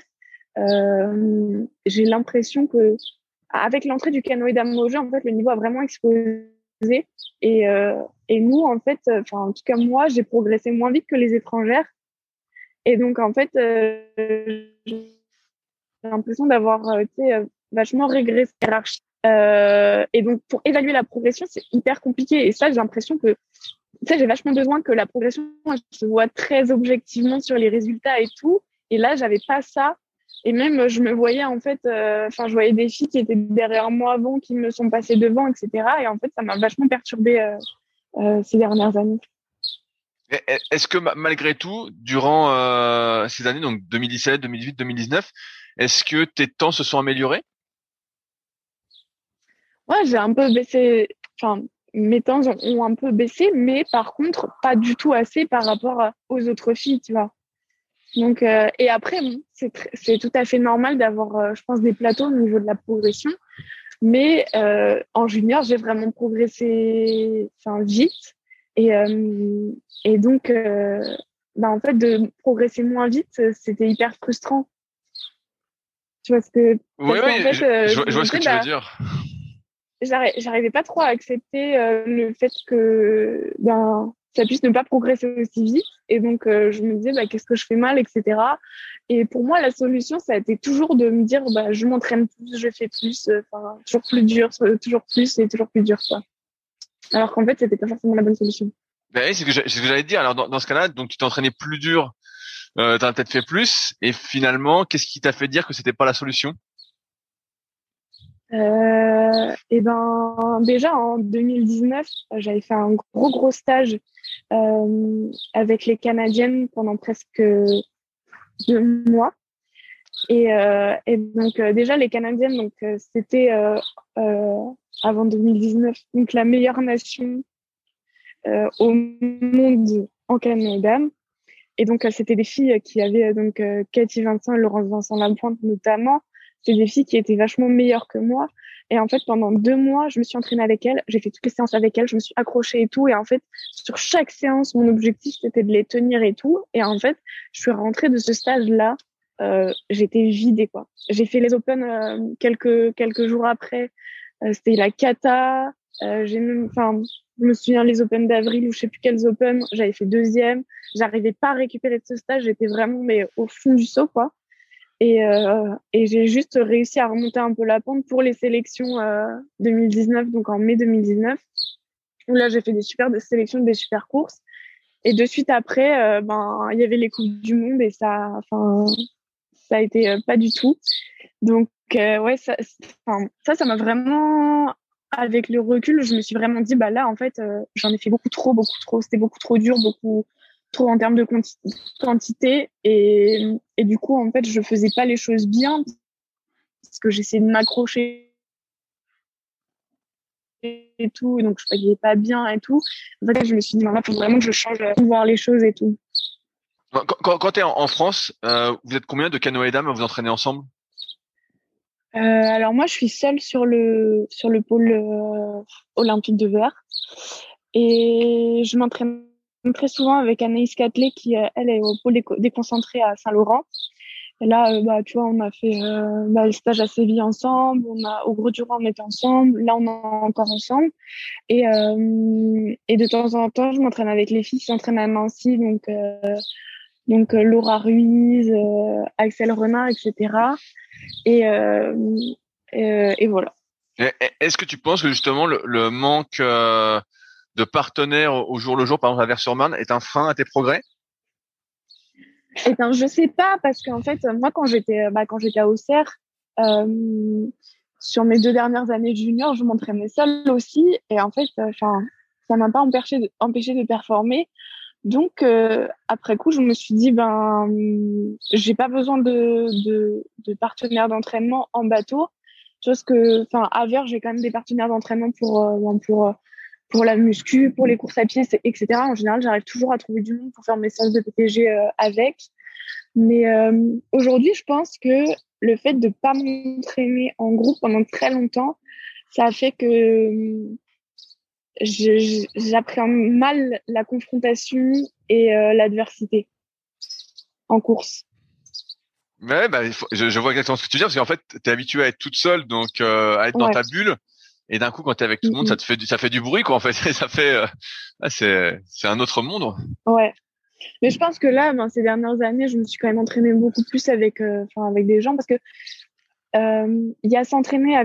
j'ai l'impression que avec l'entrée du canoë-dames au jeu, en fait, le niveau a vraiment explosé. Et nous, en fait, en tout cas moi, j'ai progressé moins vite que les étrangères. Et donc, en fait, j'ai l'impression d'avoir vachement régressé hiérarchie. Et donc, pour évaluer la progression, c'est hyper compliqué. Et ça, j'ai l'impression que j'ai vachement besoin que la progression se voit très objectivement sur les résultats et tout. Et là, j'avais pas ça. Et même, je me voyais en fait, je voyais des filles qui étaient derrière moi avant, qui me sont passées devant, etc. Et en fait, ça m'a vachement perturbée ces dernières années. Est-ce que malgré tout, durant ces années, donc 2017, 2018, 2019, est-ce que tes temps se sont améliorés? Ouais, j'ai un peu baissé. Mes temps ont un peu baissé, mais par contre, pas du tout assez par rapport aux autres filles, tu vois. Donc, et après, bon, c'est tout à fait normal d'avoir, je pense, des plateaux au niveau de la progression. Mais en junior, j'ai vraiment progressé vite. Et, et donc, en fait, de progresser moins vite, c'était hyper frustrant. Tu vois, Oui, parce qu'en oui, fait, je je me vois ce que disais, tu veux dire. j'arrivais pas trop à accepter le fait que ça puisse ne pas progresser aussi vite. Et donc, je me disais, qu'est-ce que je fais mal, etc. Et pour moi, la solution, ça a été toujours de me dire, je m'entraîne plus, je fais plus, toujours plus dur, toujours plus et toujours plus dur, quoi. Alors qu'en fait, c'était pas forcément la bonne solution. Ben oui, c'est ce que j'allais te dire. Alors dans ce cas-là, donc tu t'es entraîné plus dur, t'en as peut-être fait plus, et finalement, qu'est-ce qui t'a fait dire que c'était pas la solution? Et déjà en 2019, j'avais fait un gros stage avec les Canadiennes pendant presque 2 mois. Et donc déjà les Canadiennes, donc c'était avant 2019, donc la meilleure nation au monde en canoë-dames. Et donc c'était des filles qui avaient donc Cathy Vincent et Laurence Vincent Lapointe notamment. C'est des filles qui étaient vachement meilleures que moi. Et en fait, pendant 2 mois, je me suis entraînée avec elles. J'ai fait toutes les séances avec elles. Je me suis accrochée et tout. Et en fait, sur chaque séance, mon objectif, c'était de les tenir et tout. Et en fait, je suis rentrée de ce stage-là. J'étais vidée, quoi. J'ai fait les Open quelques jours après. C'était la cata. Je me souviens les Open d'avril ou je sais plus quels Open. J'avais fait deuxième. J'arrivais pas à récupérer de ce stage. J'étais vraiment mais au fond du seau, quoi. Et j'ai juste réussi à remonter un peu la pente pour les sélections 2019, donc en mai 2019, où là j'ai fait des sélections, des super courses. Et de suite après, il y avait les Coupes du Monde et ça a été pas du tout. Donc ouais, ça m'a vraiment, avec le recul, je me suis vraiment dit, là en fait, j'en ai fait beaucoup trop, c'était beaucoup trop dur, beaucoup trop en termes de quantité et du coup en fait je faisais pas les choses bien parce que j'essayais de m'accrocher et tout et donc je payais pas bien et tout. En fait je me suis dit il faut vraiment que je change de voir les choses et tout. Quand tu es en France, vous êtes combien de canoë-dames à vous entraîner ensemble? Alors moi je suis seule sur le pôle olympique de Vert et je m'entraîne très souvent avec Anaïs Catelet qui elle est au pôle déconcentré à Saint-Laurent. Et là, tu vois, on a fait le stage à Séville ensemble, au Gros du Roi on était ensemble, là on est encore ensemble. Et de temps en temps, je m'entraîne avec les filles qui s'entraînent à Nancy, donc Donc Laura Ruiz, Axel Renard, etc. Et, et voilà. Est-ce que tu penses que justement le manque de partenaires au jour le jour, par exemple à Vers-sur-Marne, est un frein à tes progrès? Eh ben, je sais pas, parce qu'en fait, moi, quand j'étais à Auxerre, sur mes 2 dernières années de junior, je m'entraînais seule aussi. Et en fait, ça m'a pas empêché de performer. Donc, après coup, je me suis dit, ben, j'ai pas besoin de partenaires d'entraînement en bateau. Chose que, enfin, à Vers, j'ai quand même des partenaires d'entraînement pour la muscu, pour les courses à pied, etc. En général, j'arrive toujours à trouver du monde pour faire mes séances de PTG avec. Mais aujourd'hui, je pense que le fait de pas m'entraîner en groupe pendant très longtemps, ça a fait que j'appréhende mal la confrontation et l'adversité en course. Ouais, bah, je vois exactement ce que tu veux dire, parce qu'en fait, t'es habitué à être toute seule, donc à être dans Ouais. ta bulle, et d'un coup, quand t'es avec tout le monde, Mm-mm. ça fait du bruit, quoi, en fait. Ça fait, c'est un autre monde. Ouais. Mais je pense que là, ben, ces dernières années, je me suis quand même entraînée beaucoup plus avec des gens parce que il y a s'entraîner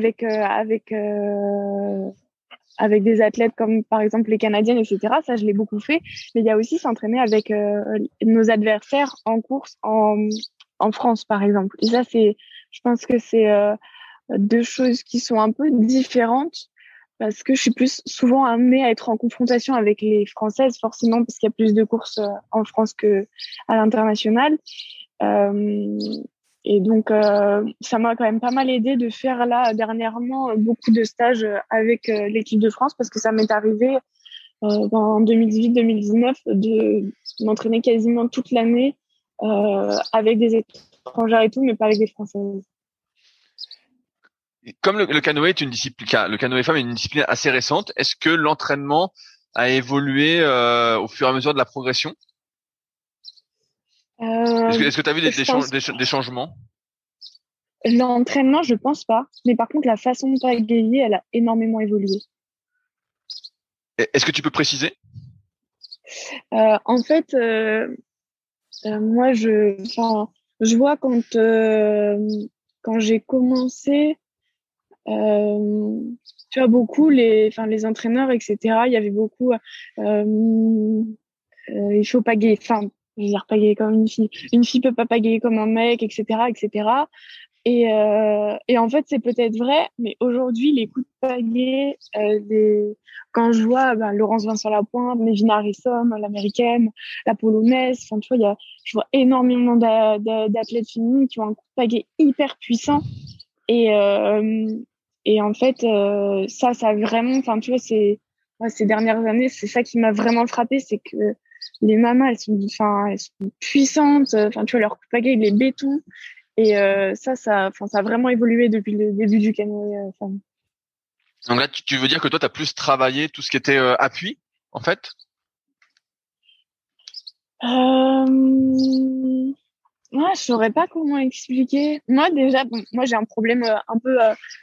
avec des athlètes comme par exemple les Canadiennes, etc. Ça, je l'ai beaucoup fait. Mais il y a aussi s'entraîner avec nos adversaires en course en France, par exemple. Et ça, je pense que c'est deux choses qui sont un peu différentes parce que je suis plus souvent amenée à être en confrontation avec les Françaises, forcément, parce qu'il y a plus de courses en France que à l'international. Euh, et donc, ça m'a quand même pas mal aidé de faire là dernièrement beaucoup de stages avec l'équipe de France parce que ça m'est arrivé en 2018-2019 de m'entraîner quasiment toute l'année avec des étrangères et tout, mais pas avec des Françaises. Comme le canoë est une discipline, le canoë femme est une discipline assez récente, est-ce que l'entraînement a évolué au fur et à mesure de la progression? Est-ce que tu as vu Je pense des changements? l'entraînement, je pense pas, mais par contre la façon de pagayer, elle a énormément évolué. Est-ce que tu peux préciser? En fait, moi, je vois quand j'ai commencé, euh, tu vois, beaucoup les entraîneurs, etc. Il y avait beaucoup, il faut pagayer, enfin, je veux dire pagayer comme une fille. Une fille peut pas pagayer comme un mec, etc., etc. Et en fait, c'est peut-être vrai, mais aujourd'hui, les coups de pagaie, quand je vois Laurence Vincent Lapointe, Mévina Harrison, l'américaine, la polonaise, enfin, tu vois, je vois énormément d'athlètes féminines qui ont un coup de pagaie hyper puissant. Et, euh, et en fait, ça a vraiment, enfin, tu vois, ces dernières années, c'est ça qui m'a vraiment frappée, c'est que les mamas, elles sont puissantes, enfin, tu vois, leur coup de pagaie, il est béton. Et ça a vraiment évolué depuis le début du canoë femme. Donc là, tu veux dire que toi, tu as plus travaillé tout ce qui était appui, en fait? Ouais, je saurais pas comment expliquer. Moi déjà, bon, moi j'ai un problème un peu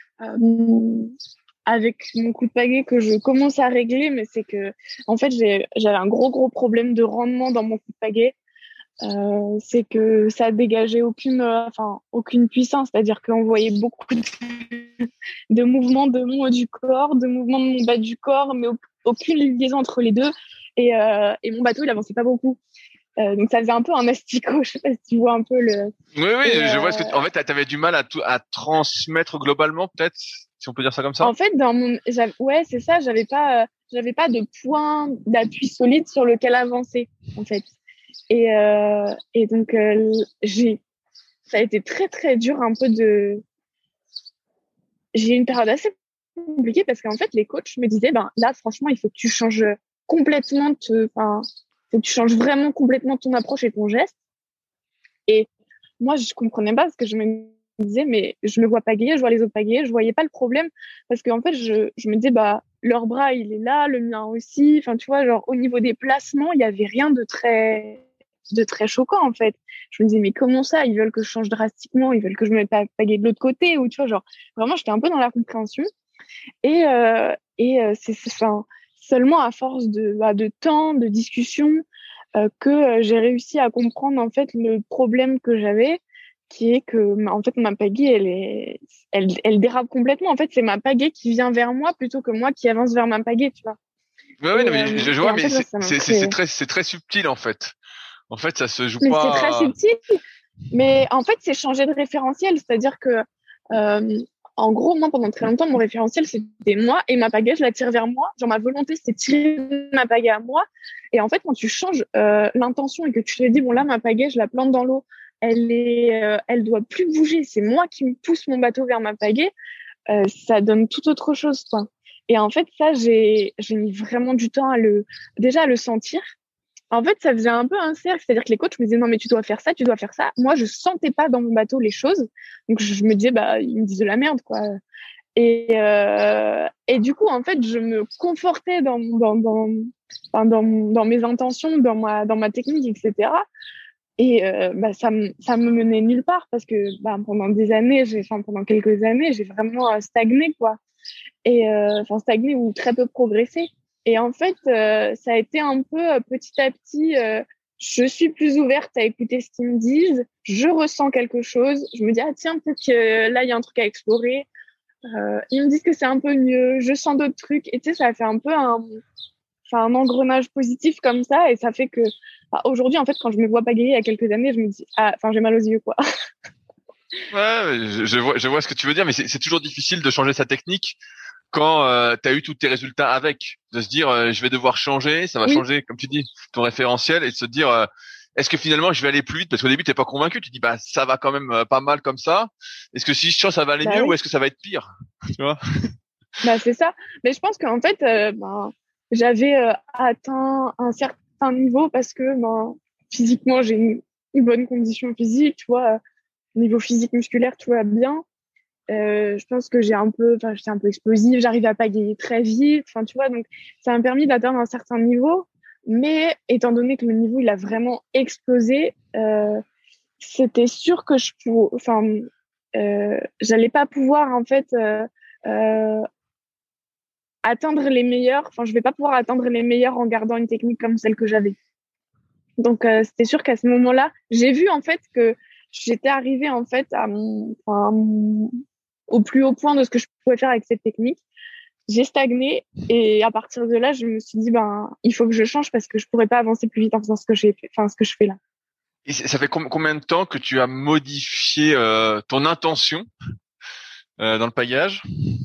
avec mon coup de pagaie que je commence à régler, mais c'est que en fait j'avais un gros problème de rendement dans mon coup de pagaie. C'est que ça dégageait aucune puissance, c'est-à-dire qu'on voyait beaucoup de mouvements de mon haut du corps, de mouvements de mon bas du corps, mais aucune liaison entre les deux. Et mon bateau, il avançait pas beaucoup. Donc ça faisait un peu un asticot, je sais pas si tu vois un peu le. Oui, Et, je vois ce que en fait, t'avais du mal à transmettre globalement, peut-être, si on peut dire ça comme ça. en fait, ouais, c'est ça, j'avais pas de point d'appui solide sur lequel avancer, en fait. Et donc, ça a été très dur un peu j'ai eu une période assez compliquée parce qu'en fait, les coachs me disaient, ben, là, franchement, il faut que tu changes complètement faut que tu changes vraiment complètement ton approche et ton geste. Et moi, je comprenais pas parce que je me disais, mais je me vois pagayer, je vois les autres pagayer, je voyais pas le problème parce qu'en fait, je me disais, bah, leur bras, il est là, le mien aussi. Enfin, tu vois, genre, au niveau des placements, il y avait rien de très choquant, en fait. Je me disais, mais comment ça? Ils veulent que je change drastiquement, ils veulent que je me mette à pagayer de l'autre côté, ou tu vois, genre, vraiment, j'étais un peu dans la compréhension. C'est seulement à force de temps, de discussion, que j'ai réussi à comprendre en fait le problème que j'avais, qui est que en fait ma pagaie elle dérape complètement. En fait, c'est ma pagaie qui vient vers moi plutôt que moi qui avance vers ma pagaie, tu vois. Ouais, non, mais je vois, En mais fait, ça m'a c'est très subtil en fait. En fait, ça se joue mais c'est très pas. subtil. Mais en fait, c'est changer de référentiel, c'est-à-dire que en gros, moi, pendant très longtemps, mon référentiel, c'était moi et ma pagaie, je la tire vers moi. Genre, ma volonté, c'était de tirer ma pagaie à moi. Et en fait, quand tu changes l'intention et que tu te dis, bon, là, ma pagaie, je la plante dans l'eau, elle doit plus bouger. C'est moi qui me pousse mon bateau vers ma pagaie. Ça donne tout autre chose, quoi. Et en fait, ça, j'ai mis vraiment du temps déjà à le sentir. En fait, ça faisait un peu un cercle, c'est-à-dire que les coachs me disaient non mais tu dois faire ça, tu dois faire ça. Moi, je sentais pas dans mon bateau les choses, donc je me disais bah ils me disent de la merde quoi. Et du coup en fait, je me confortais dans mes intentions, dans ma technique, etc. Et bah ça me menait nulle part parce que bah pendant quelques années, j'ai vraiment stagné quoi. Et stagné ou très peu progressé. Et en fait, ça a été un peu petit à petit, je suis plus ouverte à écouter ce qu'ils me disent, je ressens quelque chose, je me dis, ah tiens, peut-être que là, il y a un truc à explorer. Ils me disent que c'est un peu mieux, je sens d'autres trucs. Et tu sais, ça a fait un peu un engrenage positif comme ça. Et ça fait que aujourd'hui, en fait, quand je me vois pagayer il y a quelques années, je me dis, j'ai mal aux yeux, quoi. Ouais, je vois ce que tu veux dire, mais c'est toujours difficile de changer sa technique quand tu as eu tous tes résultats avec, de se dire je vais devoir changer, ça va Oui, changer, comme tu dis, ton référentiel, et de se dire est-ce que finalement je vais aller plus vite, parce qu'au début t'es pas convaincu, tu dis bah ça va quand même pas mal comme ça, est-ce que si je change ça va aller bah mieux ou oui, est-ce que ça va être pire, tu vois? bah c'est ça. Mais je pense qu'en fait, j'avais atteint un certain niveau parce que physiquement, j'ai une bonne condition physique, tu vois, niveau physique musculaire, tout va bien. Je pense que j'étais un peu explosive, j'arrivais à pagayer très vite, enfin, tu vois, donc ça m'a permis d'atteindre un certain niveau. Mais étant donné que le niveau, il a vraiment explosé, c'était sûr que j'allais pas pouvoir, en fait, euh, atteindre les meilleurs, enfin, je vais pas pouvoir atteindre les meilleurs en gardant une technique comme celle que j'avais. Donc, c'était sûr qu'à ce moment-là, j'ai vu, en fait, que j'étais arrivée, en fait, au plus haut point de ce que je pouvais faire avec cette technique. J'ai stagné et à partir de là, je me suis dit il faut que je change parce que je pourrais pas avancer plus vite en faisant ce que je fais là. Et ça fait combien de temps que tu as modifié ton intention dans le paillage?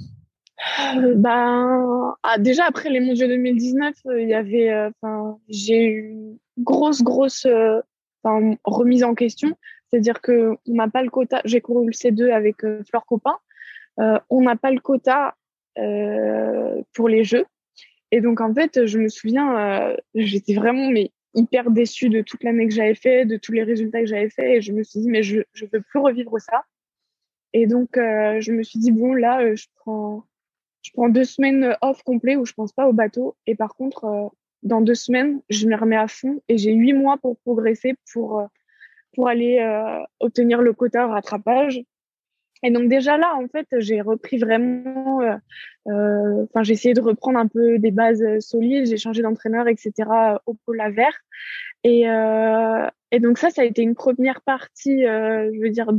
Déjà après les mondiaux 2019, il y avait j'ai eu une grosse remise en question, c'est-à-dire que on n'a pas le quota, j'ai couru le C2 avec Fleur Copin. On n'a pas le quota pour les Jeux. Et donc, en fait, je me souviens, j'étais vraiment hyper déçue de toute l'année que j'avais fait, de tous les résultats que j'avais fait. Et je me suis dit, mais je veux plus revivre ça. Et donc, je me suis dit, bon, là, je prends 2 semaines off complet où je pense pas au bateau. Et par contre, dans 2 semaines, je me remets à fond et j'ai 8 mois pour progresser, pour aller obtenir le quota rattrapage. Et donc déjà là, en fait, j'ai repris vraiment, j'ai essayé de reprendre un peu des bases solides, j'ai changé d'entraîneur, etc. Au pôle vert. Et donc ça a été une première partie, je veux dire,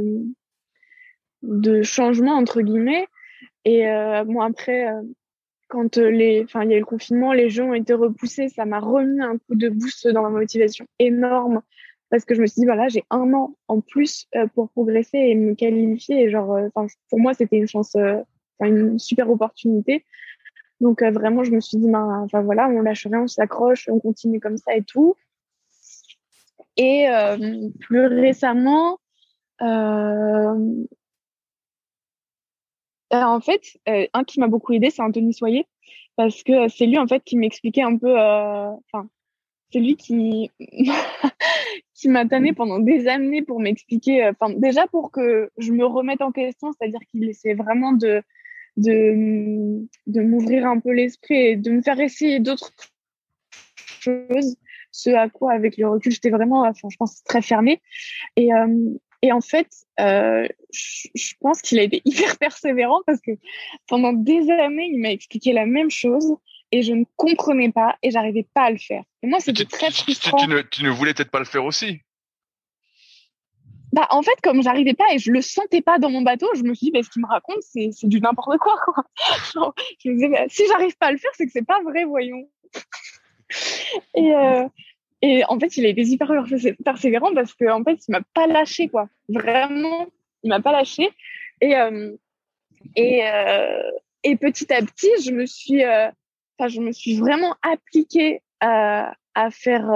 de changement, entre guillemets. Et bon, après, quand il y a eu le confinement, les jeux ont été repoussés, ça m'a remis un coup de boost dans ma motivation énorme parce que je me suis dit, voilà, j'ai 1 an en plus pour progresser et me qualifier. Et genre, pour moi, c'était une chance, une super opportunité. Donc, vraiment, je me suis dit, voilà, on lâche rien, on s'accroche, on continue comme ça et tout. Et plus récemment, en fait, un qui m'a beaucoup aidé, c'est Anthony Soyer, parce que c'est lui en fait qui m'expliquait un peu, c'est lui qui qui m'a tanné pendant des années pour m'expliquer, déjà pour que je me remette en question, c'est-à-dire qu'il essaie vraiment de m'ouvrir un peu l'esprit et de me faire essayer d'autres choses, ce à quoi avec le recul j'étais vraiment, je pense très fermée. Et en fait, je pense qu'il a été hyper persévérant parce que pendant des années, il m'a expliqué la même chose et je ne comprenais pas et j'arrivais pas à le faire. Et moi, c'était très frustrant. Tu ne voulais peut-être pas le faire aussi. Bah, en fait, comme j'arrivais pas et je le sentais pas dans mon bateau, je me suis dit, bah, ce qu'il me raconte, c'est du n'importe quoi, quoi. Genre, je me disais, bah, si j'arrive pas à le faire, c'est que c'est pas vrai, voyons. Et, et en fait, il a été super persévérant parce que, en fait, il m'a pas lâché, quoi. Vraiment, il m'a pas lâché. Et, et, et petit à petit, je me suis vraiment appliquée à faire,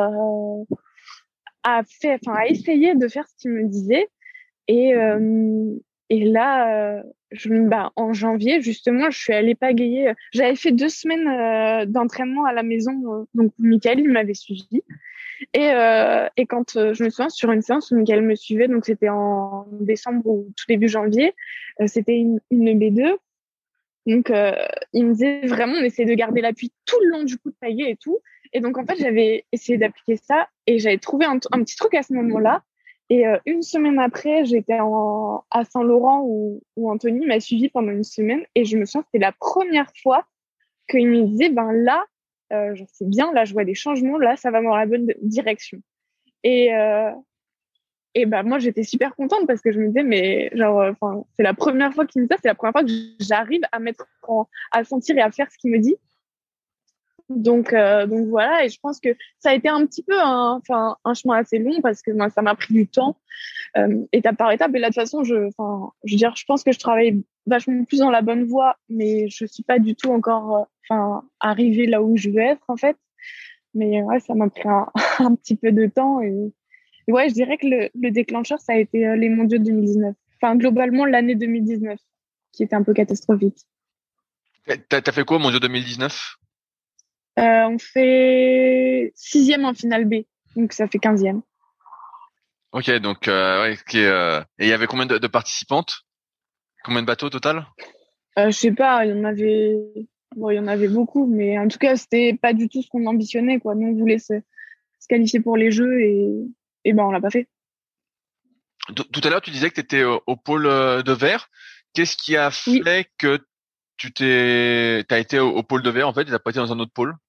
à essayer de faire ce qu'il me disait. Et, et là, en janvier, justement, je suis allée pagayer. J'avais fait 2 semaines d'entraînement à la maison. Donc, Michael, il m'avait suivi. Et quand je me souviens, sur une séance où Michael me suivait, donc c'était en décembre ou tout début janvier, c'était une B2. Donc, il me disait vraiment, on essaie de garder l'appui tout le long du coup de pagaie et tout. Et donc, en fait, j'avais essayé d'appliquer ça et j'avais trouvé un petit truc à ce moment-là. Et une semaine après, j'étais à Saint-Laurent où Anthony m'a suivi pendant une semaine. Et je me souviens, c'était la première fois qu'il me disait, ben là, genre, c'est bien, là, je vois des changements, là, ça va dans la bonne direction. Et, et bah, moi, j'étais super contente parce que je me disais, mais genre, c'est la première fois qu'il me dit ça, c'est la première fois que j'arrive à à sentir et à faire ce qu'il me dit. Donc voilà, et je pense que ça a été un petit peu un chemin assez long parce que moi, ça m'a pris du temps, étape par étape. Et là, de toute façon, je veux dire, je pense que je travaille vachement plus dans la bonne voie, mais je suis pas du tout encore, arrivée là où je veux être, en fait. Mais ouais, ça m'a pris un petit peu de temps et ouais, je dirais que le déclencheur, ça a été les mondiaux de 2019. Enfin, globalement, l'année 2019, qui était un peu catastrophique. T'as fait quoi au mondiaux 2019? On fait 6e en finale B, donc ça fait 15e. Ok, donc ouais, et il y avait combien de participantes? Combien de bateaux au total? Je sais pas, il y en avait beaucoup, mais en tout cas, c'était pas du tout ce qu'on ambitionnait, quoi. Nous, on voulait se qualifier pour les Jeux et ben, on l'a pas fait. Tout à l'heure, tu disais que tu étais au pôle de verre. Qu'est-ce qui a Oui. fait que t'as été au pôle de verre en fait, et t'as pas été dans un autre pôle?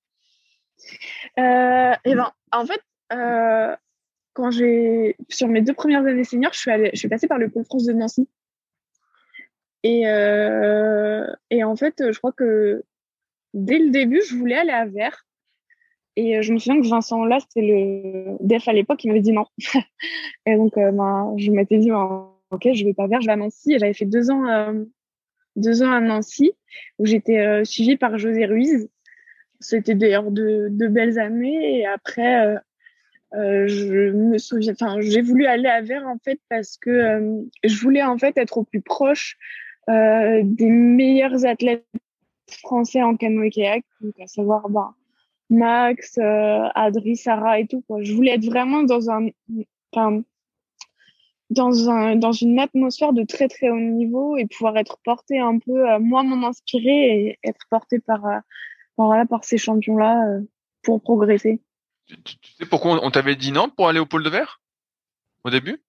Et ben, en fait, sur mes 2 premières années seniors, je suis passée par le pôle France de Nancy. Et en fait, je crois que dès le début, je voulais aller à Vert. Et je me souviens que Vincent là, c'était le def à l'époque, il m'avait dit non. Et donc, je m'étais dit, ok, je vais pas Vert, je vais à Nancy. Et j'avais fait 2 ans à Nancy, où j'étais suivie par José Ruiz. C'était d'ailleurs de belles années. Et après, je me souviens, j'ai voulu aller à Vert en fait parce que je voulais en fait être au plus proche des meilleurs athlètes français en canoë-kayak, donc à savoir Max, Adri, Sarah et tout, quoi. Je voulais être vraiment dans une atmosphère de très très haut niveau et pouvoir être portée un peu, moi m'en inspirer et être portée par ces champions-là pour progresser. Tu sais pourquoi on t'avait dit non pour aller au pôle de verre au début?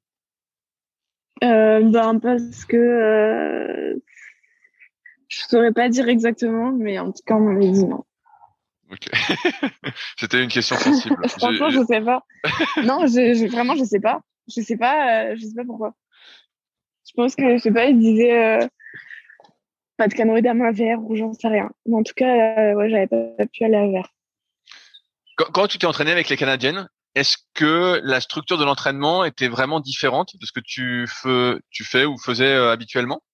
Parce que je saurais pas dire exactement, mais en tout cas on m'avait dit non. Ok. C'était une question sensible. Franchement, je sais pas. Non, vraiment, je sais pas. Je sais pas pourquoi. Je pense que, je sais pas, ils disaient pas de canoë d'âme à Vert ou j'en sais rien. Mais en tout cas, ouais, j'avais pas pu aller à Vert. Quand tu t'es entraîné avec les Canadiennes, est-ce que la structure de l'entraînement était vraiment différente de ce que tu fais ou faisais habituellement?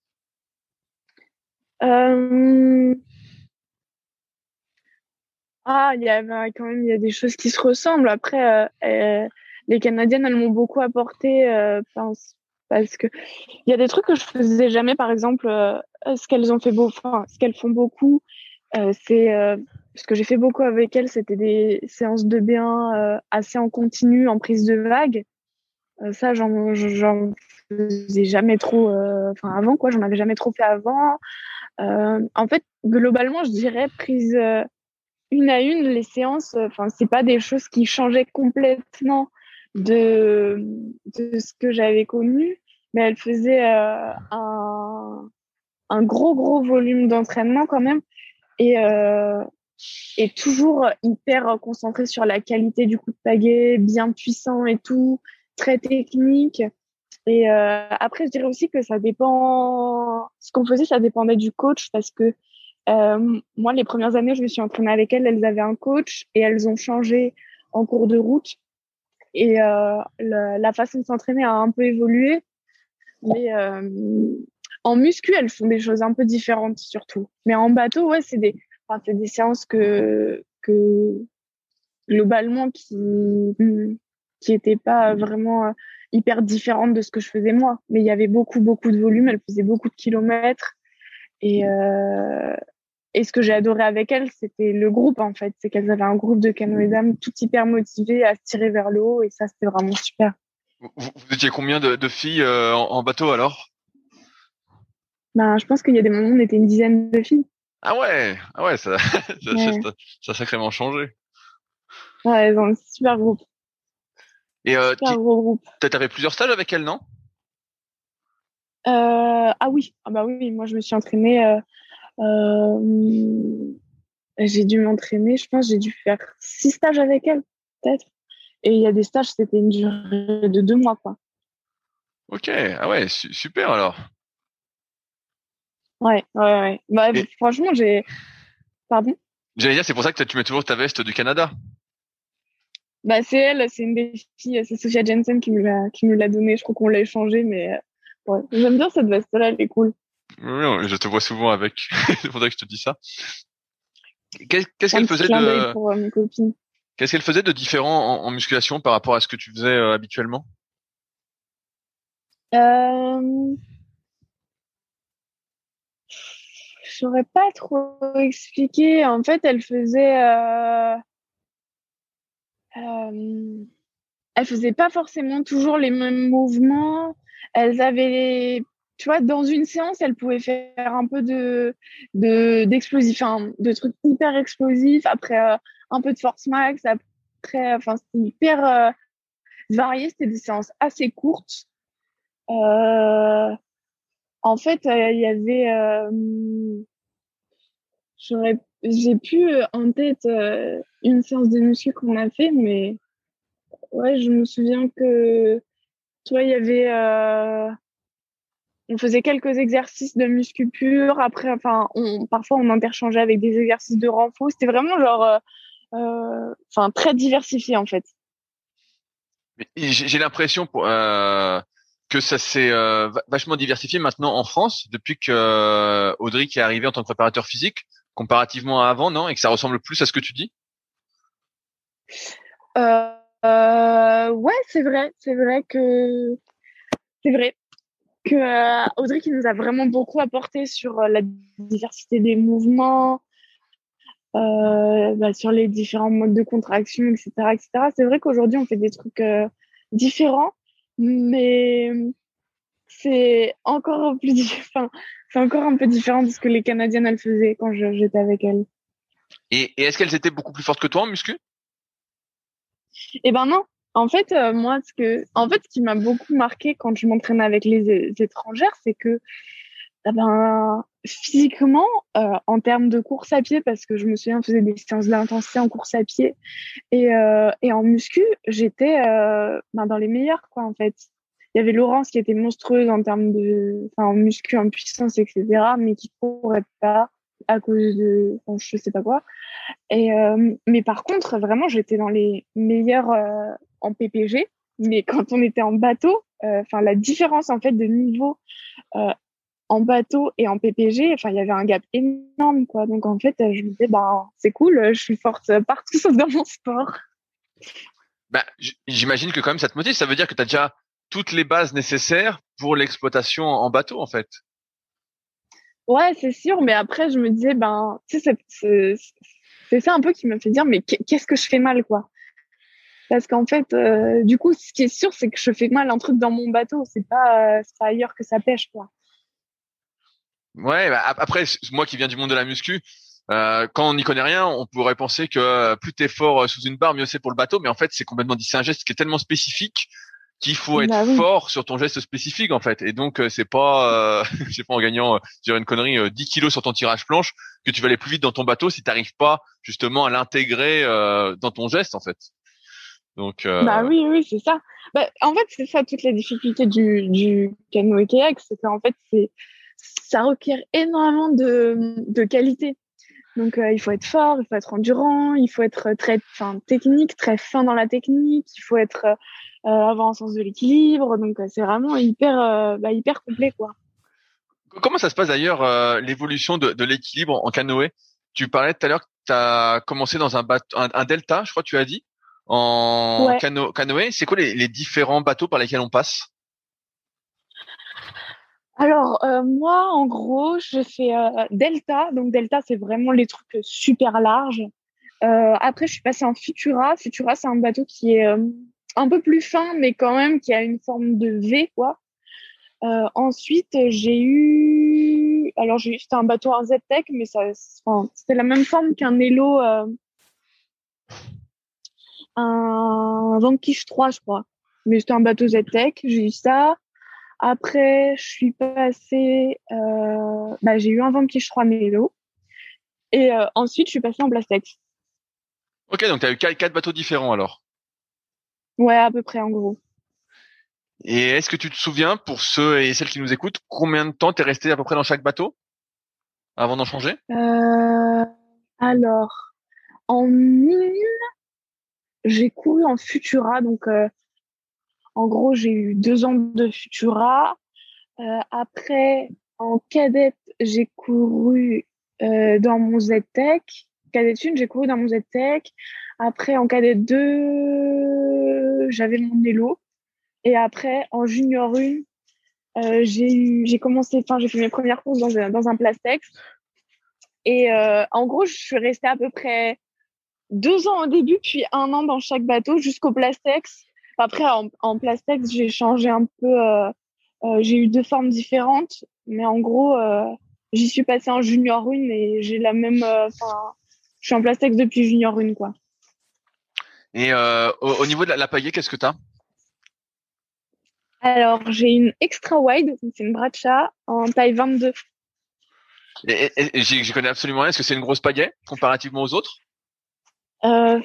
Il y avait quand même, il y a des choses qui se ressemblent. Après, les Canadiennes, elles m'ont beaucoup apporté, parce que il y a des trucs que je faisais jamais. Par exemple, ce qu'elles font beaucoup, c'est ce que j'ai fait beaucoup avec elles, c'était des séances de B1 assez en continu, en prise de vague. Ça, j'en faisais jamais trop. Avant, quoi, j'en avais jamais trop fait avant. En fait, globalement, je dirais prise une à une, les séances, c'est pas des choses qui changeaient complètement de ce que j'avais connu, mais elles faisaient un gros volume d'entraînement quand même. et euh, et toujours hyper concentré sur la qualité du coup de pagaie, bien puissant et tout, très technique. Et après, je dirais aussi que ça dépend. Ce qu'on faisait, ça dépendait du coach parce que moi, les premières années, je me suis entraînée avec elles. Elles avaient un coach et elles ont changé en cours de route. Et la façon de s'entraîner a un peu évolué. Mais en muscu, elles font des choses un peu différentes surtout. Mais en bateau, ouais, c'est des séances que globalement qui étaient pas vraiment hyper différentes de ce que je faisais moi. Mais il y avait beaucoup, beaucoup de volume. Elles faisaient beaucoup de kilomètres. Et, euh, et ce que j'ai adoré avec elles, c'était le groupe, en fait. C'est qu'elles avaient un groupe de canoë-dames tout hyper motivé à se tirer vers le haut. Et ça, c'était vraiment super. Vous étiez combien de filles en bateau alors? Ben, je pense qu'il y a des moments où on était une dizaine de filles. Ah ouais, ça, Ouais, ça a sacrément changé. ouais, elles ont un super groupe. Et Super gros groupe. t'avais plusieurs stages avec elles, non? Ah oui, ah bah oui, moi je me suis entraînée. J'ai dû m'entraîner, je pense, j'ai dû faire 6 stages avec elle, peut-être. Et il y a des stages, c'était une durée de 2 mois, quoi. Ok, ah ouais, super alors. Ouais, ouais, ouais. Bah, Et franchement, pardon. j'allais dire, c'est pour ça que tu mets toujours ta veste du Canada. Bah, c'est elle, c'est une des filles, c'est Sophia Jensen qui me l'a donnée. Je crois qu'on l'a échangé, mais ouais. J'aime bien cette veste-là, elle est cool. Oui, oui, je te vois souvent avec. C'est pour ça que je te dis ça. Qu'est-ce Un qu'elle petit faisait clin d'œil de, pour mes copines. qu'est-ce qu'elle faisait de différent en musculation par rapport à ce que tu faisais habituellement? Euh, je saurais pas trop expliquer. En fait, euh, elles faisaient pas forcément toujours les mêmes mouvements. Elles avaient, tu vois, dans une séance, elles pouvaient faire un peu d'explosif, enfin, de trucs hyper explosifs. Après, un peu de force max. Après, enfin, c'était hyper varié. C'était des séances assez courtes. Euh, En fait, il y avait, j'ai plus en tête une séance de muscu qu'on a fait, mais ouais, je me souviens que, tu vois, il y avait, on faisait quelques exercices de muscu pur. Après, enfin, parfois on interchangeait avec des exercices de renfort. C'était vraiment genre, enfin, très diversifié en fait. Mais j'ai l'impression que ça s'est vachement diversifié maintenant en France depuis que Audrey qui est arrivé en tant que préparateur physique, comparativement à avant, non? Et que ça ressemble plus à ce que tu dis? Ouais, c'est vrai que Audrey qui nous a vraiment beaucoup apporté sur la diversité des mouvements, bah, sur les différents modes de contraction, etc., etc. C'est vrai qu'aujourd'hui on fait des trucs différents, mais enfin, c'est encore un peu différent de ce que les Canadiennes elles faisaient quand j'étais avec elles. Et est-ce qu'elles étaient beaucoup plus fortes que toi en muscu? Eh ben non. En fait, moi, ce qui m'a beaucoup marqué quand je m'entraînais avec les étrangères, c'est que, eh ben, physiquement, en termes de course à pied, parce que je me souviens, on faisait des séances d'intensité en course à pied et en muscu, j'étais ben, dans les meilleurs, quoi, en fait. Il y avait Laurence qui était monstrueuse en muscu, en puissance, etc., mais qui courait pas à cause de, enfin, je sais pas quoi. Mais par contre, vraiment, j'étais dans les meilleurs en PPG. Mais quand on était en bateau, enfin la différence en fait de niveau euh, en bateau et en PPG, enfin il y avait un gap énorme quoi. Donc en fait, je me disais bah c'est cool, je suis forte partout sauf dans mon sport. Bah, j'imagine que quand même ça te motive. Ça veut dire que tu as déjà toutes les bases nécessaires pour l'exploitation en bateau, en fait. Ouais, c'est sûr. Mais après, je me disais ben tu sais c'est ça un peu qui me fait dire mais qu'est-ce que je fais mal quoi. Parce qu'en fait, du coup, ce qui est sûr, c'est que je fais mal un truc dans mon bateau. C'est pas ailleurs que ça pêche, quoi. Ouais, bah, après, moi qui viens du monde de la muscu, quand on n'y connaît rien, on pourrait penser que plus t'es fort sous une barre, mieux c'est pour le bateau. Mais en fait, c'est complètement dit. C'est un geste qui est tellement spécifique qu'il faut être Bah oui. fort sur ton geste spécifique en fait. Et donc c'est pas, je sais pas, en gagnant, je dirais une connerie, 10 kilos sur ton tirage planche que tu vas aller plus vite dans ton bateau si t'arrives pas justement à l'intégrer dans ton geste en fait. Donc Bah oui, oui, c'est ça. Bah, en fait, c'est ça toute la difficulté du canoë-kayak, c'est qu'en fait, ça requiert énormément de qualité. Donc, il faut être fort, il faut être endurant, il faut être très, enfin, technique, très fin dans la technique, il faut être avoir un sens de l'équilibre. Donc, c'est vraiment hyper complet, quoi. comment ça se passe d'ailleurs l'évolution de l'équilibre en canoë? Tu parlais tout à l'heure que tu as commencé dans un bateau, un delta, je crois que tu as dit, en Ouais. canoë. C'est quoi les différents bateaux par lesquels on passe? Alors, moi, en gros, je fais Delta. Donc, Delta, c'est vraiment les trucs super larges. Après, je suis passée en Futura. Futura, c'est un bateau qui est un peu plus fin, mais quand même qui a une forme de V, quoi. Ensuite, c'était un bateau en Z-Tech, mais enfin, c'était la même forme qu'un Elo, un Vanquish 3, je crois. Mais c'était un bateau Z-Tech. J'ai eu ça. Après, je suis passée, j'ai eu un Vanquish 3 Nelo. Et ensuite, je suis passée en Blastex. Ok, donc tu as eu quatre bateaux différents alors. Ouais, à peu près, en gros. Et est-ce que tu te souviens, pour ceux et celles qui nous écoutent, combien de temps t'es resté à peu près dans chaque bateau avant d'en changer? Euh, alors, en mine, j'ai couru en Futura. Donc, en gros, j'ai eu 2 ans de Futura. Après, en cadette, j'ai couru dans mon Z-Tech. Cadette 1, j'ai couru dans mon Z-Tech. Après, en cadette 2, j'avais mon Elo. Et après, en junior 1, j'ai fait mes premières courses dans un Plastex. Et en gros, je suis restée à peu près 2 ans au début, puis 1 an dans chaque bateau jusqu'au Plastex. Après, en Plastex, j'ai changé un peu. J'ai eu 2 formes différentes, mais en gros, j'y suis passée en junior 1 et j'ai la même. Enfin, je suis en Plastex depuis junior 1, quoi. Et au niveau de la pagaie, qu'est-ce que t'as? Alors, j'ai une extra wide, donc c'est une bracha en taille 22. Et j'y connais absolument rien. Est-ce que c'est une grosse pagaie comparativement aux autres? Euh,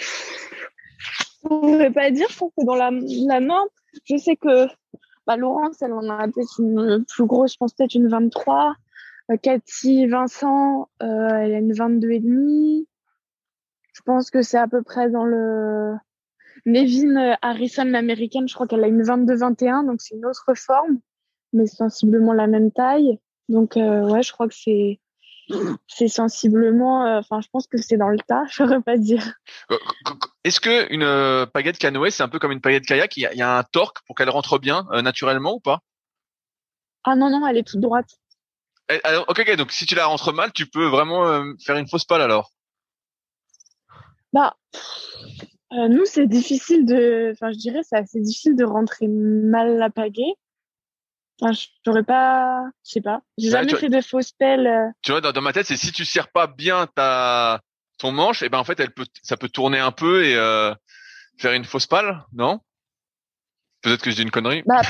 je pourrais pas dire, je trouve que dans la norme, je sais que Laurence, elle en a peut-être une plus grosse, je pense peut-être une 23. Cathy Vincent, elle a une 22,5. Je pense que c'est à peu près dans le... Nevin Harrison, l'américaine, je crois qu'elle a une 22-21, donc c'est une autre forme, mais sensiblement la même taille. Donc, ouais, je crois que c'est sensiblement... Enfin, je pense que c'est dans le tas, je saurais pas dire. Est-ce que une pagaie de canoë, c'est un peu comme une pagaie de kayak? Il y a un torque pour qu'elle rentre bien naturellement ou pas? Ah non, non, elle est toute droite. Alors, ok, donc si tu la rentres mal, tu peux vraiment faire une fausse palle alors. Bah, nous, c'est difficile de... Enfin, je dirais, c'est assez difficile de rentrer mal la pagaie. Enfin, j'aurais pas... Je sais pas. J'ai Ouais, jamais fait de fausses pelles. tu vois, dans ma tête, c'est si tu serres pas bien ton manche, et ben en fait, ça peut tourner un peu et faire une fausse palle, non? Peut-être que je dis une connerie. Bah,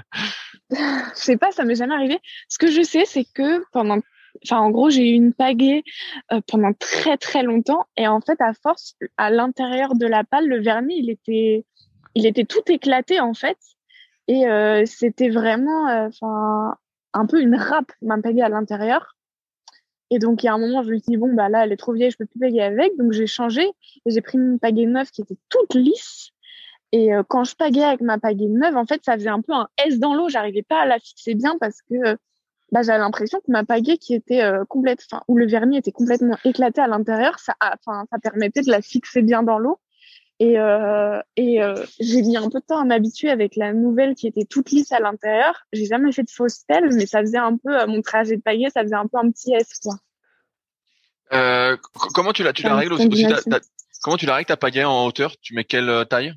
je sais pas, ça m'est jamais arrivé. Ce que je sais, c'est que en gros, j'ai eu une pagaie pendant très très longtemps, et en fait, à force, à l'intérieur de la pale, le vernis, il était tout éclaté en fait, et c'était vraiment, un peu une râpe ma pagaie à l'intérieur. Et donc, il y a un moment, je me suis dit, bon, bah là, elle est trop vieille, je peux plus pagayer avec, donc j'ai changé et j'ai pris une pagaie neuve qui était toute lisse. Et quand je pagayais avec ma pagaie neuve, en fait, ça faisait un peu un S dans l'eau. J'arrivais pas à la fixer bien parce que j'avais l'impression que ma pagaie qui était où le vernis était complètement éclaté à l'intérieur, ça permettait de la fixer bien dans l'eau. Et j'ai mis un peu de temps à m'habituer avec la nouvelle qui était toute lisse à l'intérieur. J'ai jamais fait de fausse pelle, mais ça faisait un peu mon trajet de pagaie, ça faisait un peu un petit S, quoi. Comment tu Enfin, la une règles aussi combinaison. comment tu la règles ta pagaie en hauteur? Tu mets quelle taille?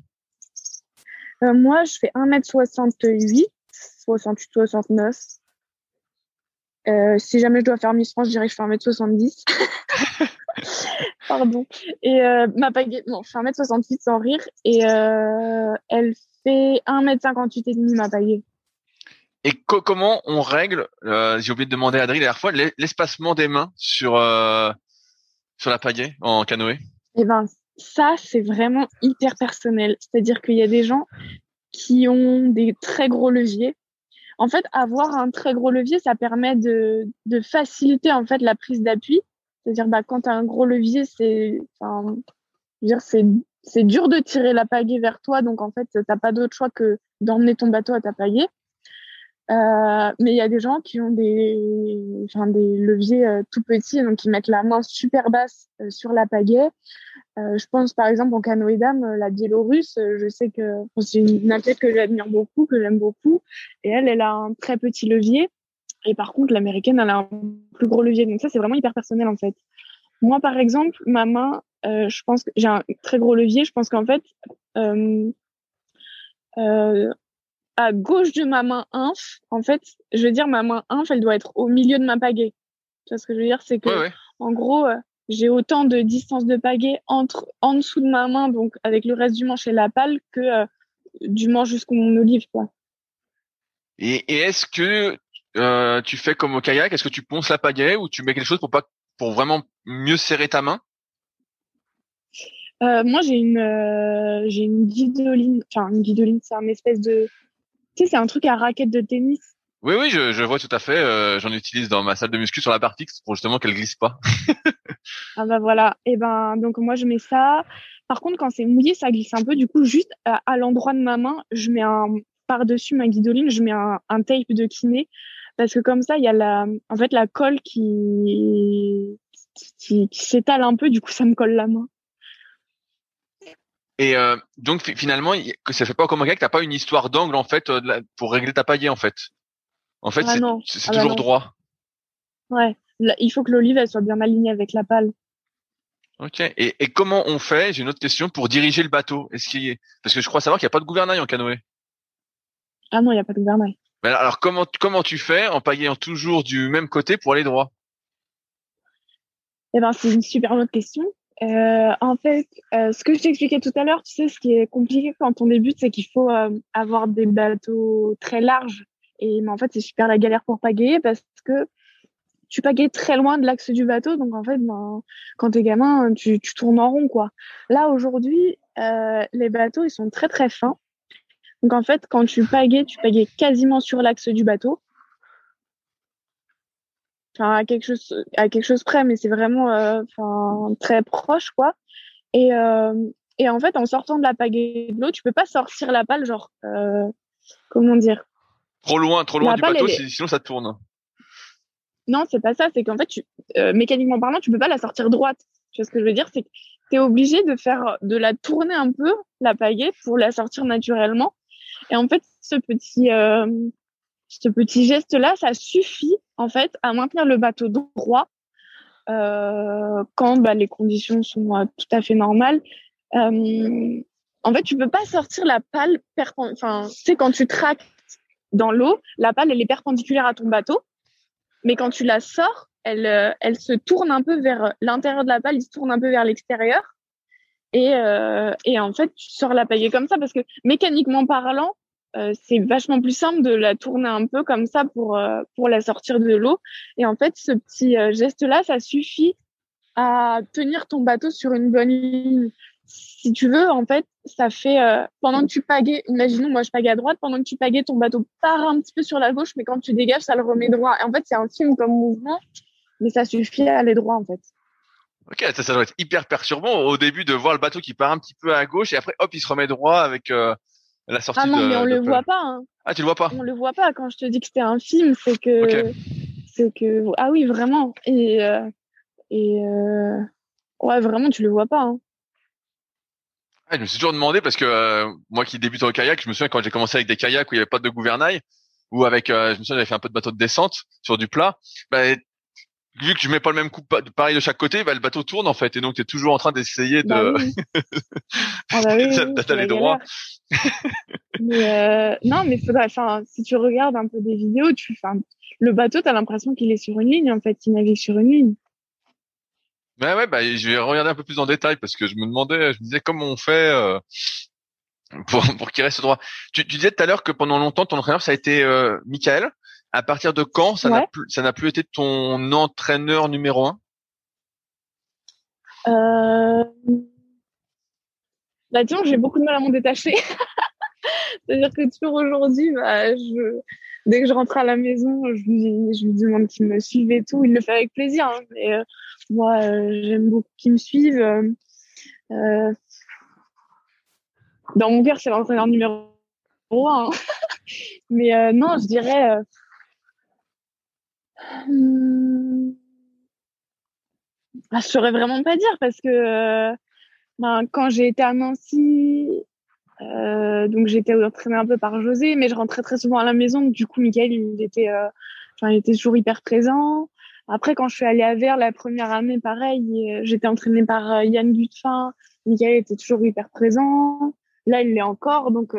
Moi, je fais 1m68, 68, 69. Si jamais je dois faire Miss France, je dirais que je fais 1m70. Pardon. Et ma pagaie, bon, je fais 1m68 sans rire, et elle fait 1m58 et demi, ma pagaie. Et comment on règle, j'ai oublié de demander à Adrien la dernière fois, l'espacement des mains sur la pagaie en canoë? Et ben, ça, c'est vraiment hyper personnel. C'est-à-dire qu'il y a des gens qui ont des très gros leviers. En fait, avoir un très gros levier, ça permet de faciliter en fait la prise d'appui. C'est-à-dire, bah, quand tu as un gros levier, enfin, je veux dire, c'est dur de tirer la pagaie vers toi, donc en fait, t'as pas d'autre choix que d'emmener ton bateau à ta pagaie. Mais il y a des gens qui ont des leviers tout petits, donc ils mettent la main super basse sur la pagaie. Je pense par exemple en canoë-dame, la Biélorusse, je sais que c'est une athlète que j'admire beaucoup, que j'aime beaucoup, et elle a un très petit levier, et par contre l'américaine, elle a un plus gros levier. Donc ça, c'est vraiment hyper personnel en fait. Moi, par exemple, ma main, je pense que j'ai un très gros levier. Je pense qu'en fait, euh, euh, à gauche de ma main inf, en fait, je veux dire, ma main inf, elle doit être au milieu de ma pagaie. Tu vois ce que je veux dire? C'est Ouais, que, ouais. en gros, j'ai autant de distance de pagaie en dessous de ma main, donc avec le reste du manche et la pale, que du manche jusqu'au mon olive, quoi. Et est-ce que tu fais comme au kayak? Est-ce que tu ponces la pagaie ou tu mets quelque chose pour vraiment mieux serrer ta main? Moi, j'ai une guidoline. Enfin, une guidoline, c'est un espèce de, tu sais, c'est un truc à raquette de tennis. Oui, oui, je vois tout à fait. J'en utilise dans ma salle de muscu sur la barre fixe pour justement qu'elle glisse pas. Ah bah voilà. Et ben donc moi je mets ça. Par contre quand c'est mouillé ça glisse un peu. Du coup juste à l'endroit de ma main je mets un par-dessus ma guidoline je mets un tape de kiné parce que comme ça il y a en fait la colle qui s'étale un peu. Du coup ça me colle la main. Et donc finalement, que ça fait pas comme au kayak, t'as pas une histoire d'angle en fait pour régler ta pagaie en fait. En fait, Ah non. c'est Ah bah toujours non. droit. Ouais. Il faut que l'olive elle soit bien alignée avec la pale. Ok. Et comment on fait? J'ai une autre question pour diriger le bateau. Parce que je crois savoir qu'il n'y a pas de gouvernail en canoë. Ah non il y a pas de gouvernail. Mais alors comment tu fais en pagayant toujours du même côté pour aller droit? Eh ben, c'est une super bonne question. En fait, ce que je t'expliquais tout à l'heure, tu sais, ce qui est compliqué quand on débute, c'est qu'il faut avoir des bateaux très larges. Mais en fait, c'est super la galère pour pagayer parce que tu pagayes très loin de l'axe du bateau. Donc, en fait, ben, quand t'es gamin, tu tournes en rond, quoi. Là, aujourd'hui, les bateaux, ils sont très, très fins. Donc, en fait, quand tu pagayes quasiment sur l'axe du bateau. Enfin, à quelque chose près, mais c'est vraiment enfin, très proche, quoi. Et, euh, et en fait, en sortant de la pagaie de l'eau, tu peux pas sortir la pale, genre, comment dire? Trop loin La du pale, bateau, elle est... sinon ça tourne. Non, c'est pas ça. C'est qu'en fait, mécaniquement parlant, tu peux pas la sortir droite. Tu vois ce que je veux dire? C'est que tu es obligé de la tourner un peu, la pagaie, pour la sortir naturellement. Et en fait, ce petit geste-là, ça suffit, en fait, à maintenir le bateau droit quand bah, les conditions sont tout à fait normales. En fait, tu peux pas sortir la pale enfin, tu sais, quand tu traques dans l'eau, la pale, elle est perpendiculaire à ton bateau, mais quand tu la sors, elle se tourne un peu vers l'intérieur de la pale, il se tourne un peu vers l'extérieur. Et en fait, tu sors la pagaie comme ça parce que mécaniquement parlant, c'est vachement plus simple de la tourner un peu comme ça pour la sortir de l'eau. Et en fait, ce petit geste-là, ça suffit à tenir ton bateau sur une bonne ligne. Si tu veux, en fait, ça fait pendant que tu pagaies, imaginons moi je pagaie à droite, pendant que tu pagaies, ton bateau part un petit peu sur la gauche, mais quand tu dégages, ça le remet droit. Et en fait, c'est un film comme mouvement, mais ça suffit à aller droit en fait. Ok, ça doit être hyper perturbant au début de voir le bateau qui part un petit peu à gauche et après hop il se remet droit avec la Ah sortie non, mais on de le pelle. voit pas, hein. Ah, tu le vois pas? On le voit pas. Quand je te dis que c'était un film, Ok. c'est que ah oui vraiment. Et ouais vraiment tu le vois pas, hein. Ah, je me suis toujours demandé parce que moi qui débute au kayak, je me souviens quand j'ai commencé avec des kayaks où il n'y avait pas de gouvernail ou avec, je me souviens j'avais fait un peu de bateau de descente sur du plat. Bah, vu que je mets pas le même coup pareil de chaque côté, bah, le bateau tourne en fait et donc tu es toujours en train d'essayer Bah de oui. Ah bah oui, oui, oui, c'est d'aller la droit. galère. Mais non, mais faudrait, enfin, si tu regardes un peu des vidéos, enfin, le bateau, t'as l'impression qu'il est sur une ligne, en fait, il navigue sur une ligne. Ouais, bah, je vais regarder un peu plus en détail parce que je me disais comment on fait pour qu'il reste droit. Tu disais tout à l'heure que pendant longtemps, ton entraîneur, ça a été Michael. À partir de quand Ouais. ça n'a plus été ton entraîneur numéro un? Euh... Bah, disons que j'ai beaucoup de mal à m'en détacher. C'est-à-dire que toujours aujourd'hui, dès que je rentre à la maison, je lui demande qu'il me suive et tout. Il le fait avec plaisir, hein. Mais moi, j'aime beaucoup qu'il me suive. Euh, Dans mon cœur, c'est l'entraîneur numéro un, hein. Mais non, je dirais... hum, je saurais vraiment pas dire parce que quand j'ai été à Nancy, donc j'étais entraînée un peu par José, mais je rentrais très souvent à la maison. Donc, du coup, Mickaël, il était toujours hyper présent. Après, quand je suis allée à Vers la première année, pareil, j'étais entraînée par Yann Gutfin. Mickaël était toujours hyper présent. Là, il l'est encore, donc